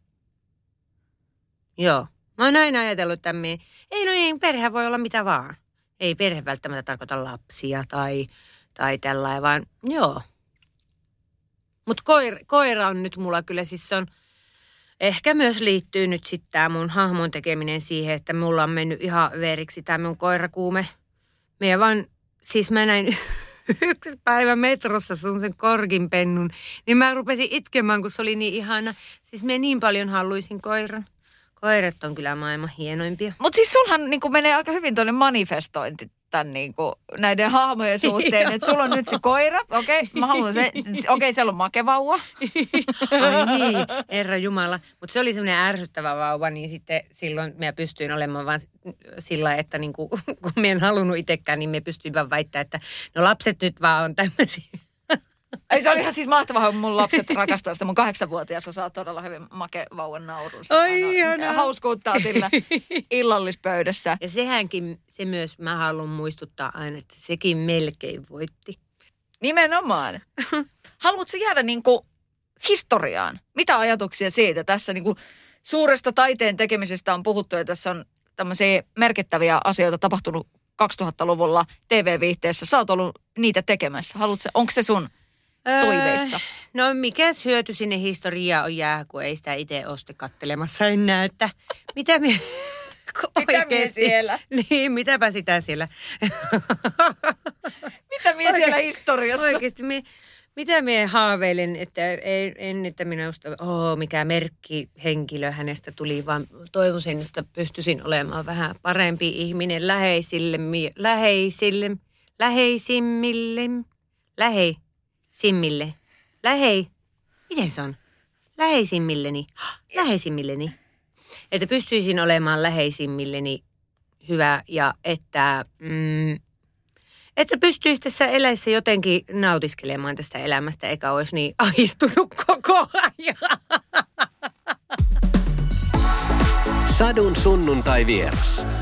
Speaker 4: Joo, mä oon aina ajatellut tämmöinen, ei no niin, perhe voi olla mitä vaan. Ei perhe välttämättä tarkoita lapsia tai, tai tällainen, vaan joo. Mutta koira, koira on nyt mulla kyllä, siis se on, ehkä myös liittyy nyt sitten tämä mun hahmon tekeminen siihen, että mulla on mennyt ihan veriksi tämä mun koirakuume. Meidän vaan, siis mä näin yksi päivä metrossa sun sen korkinpennun, niin mä rupesin itkemään, kun se oli niin ihana. Siis mä niin paljon haluaisin koiran. Koirat on kyllä maailman hienoimpia.
Speaker 3: Mutta siis sulhan niin menee aika hyvin tuonne manifestointi tämän niin kuin, näiden hahmojen suhteen, että sulla on nyt se koira, okei, okay, mä haluan se, okei, okay, siellä on makevauva.
Speaker 4: Ai niin, herra jumala. Mutta se oli semmoinen ärsyttävä vauva, niin sitten silloin mä pystyin olemaan vaan sillä, että niin kuin, kun mä en halunnut itsekään, niin mä pystyin vaan väittämään, että no lapset nyt vaan on tämmöisiä.
Speaker 3: Ei, se oli ihan siis mahtavaa, mun lapset rakastaa sitä. Mun kahdeksanvuotias osaa todella hyvin makevauvan naurun.
Speaker 4: Ai ihanaa.
Speaker 3: Hauskuuttaa sillä illallispöydässä.
Speaker 4: Ja sehänkin, se myös mä haluan muistuttaa aina, että sekin melkein voitti.
Speaker 3: Nimenomaan. Haluatko jäädä niin kuin historiaan? Mitä ajatuksia siitä? Tässä niin kuin suuresta taiteen tekemisestä on puhuttu ja tässä on tämmöisiä merkittäviä asioita tapahtunut kaksituhattaluvulla T V-viihteessä. Sä oot ollut niitä tekemässä. Haluatko, onko se sun toiveissa?
Speaker 4: Öö, no mikäs hyöty sinne historiaan on jää, kun ei sitä itse oste kattelemassa enää, että mitä me...
Speaker 3: Mitä mie siellä?
Speaker 4: Niin, mitäpä sitä siellä.
Speaker 3: Mitä mie siellä historiassa?
Speaker 4: Oikeasti, mie, mitä mie haaveilen, että ei, en, että minusta, oh, mikä merkki henkilö hänestä tuli, vaan toivoisin, että pystyisin olemaan vähän parempi ihminen läheisille, läheisille, läheisimmille, läheisimmille, lähei, miten se on? Läheisimmilleni, läheisimmilleni. Että pystyisin olemaan läheisimmilleni hyvä ja että, mm, että pystyisi tässä eläessä jotenkin nautiskelemaan tästä elämästä, eikä olisi niin ahistunut koko ajan.
Speaker 2: Sadun sunnuntai vieras.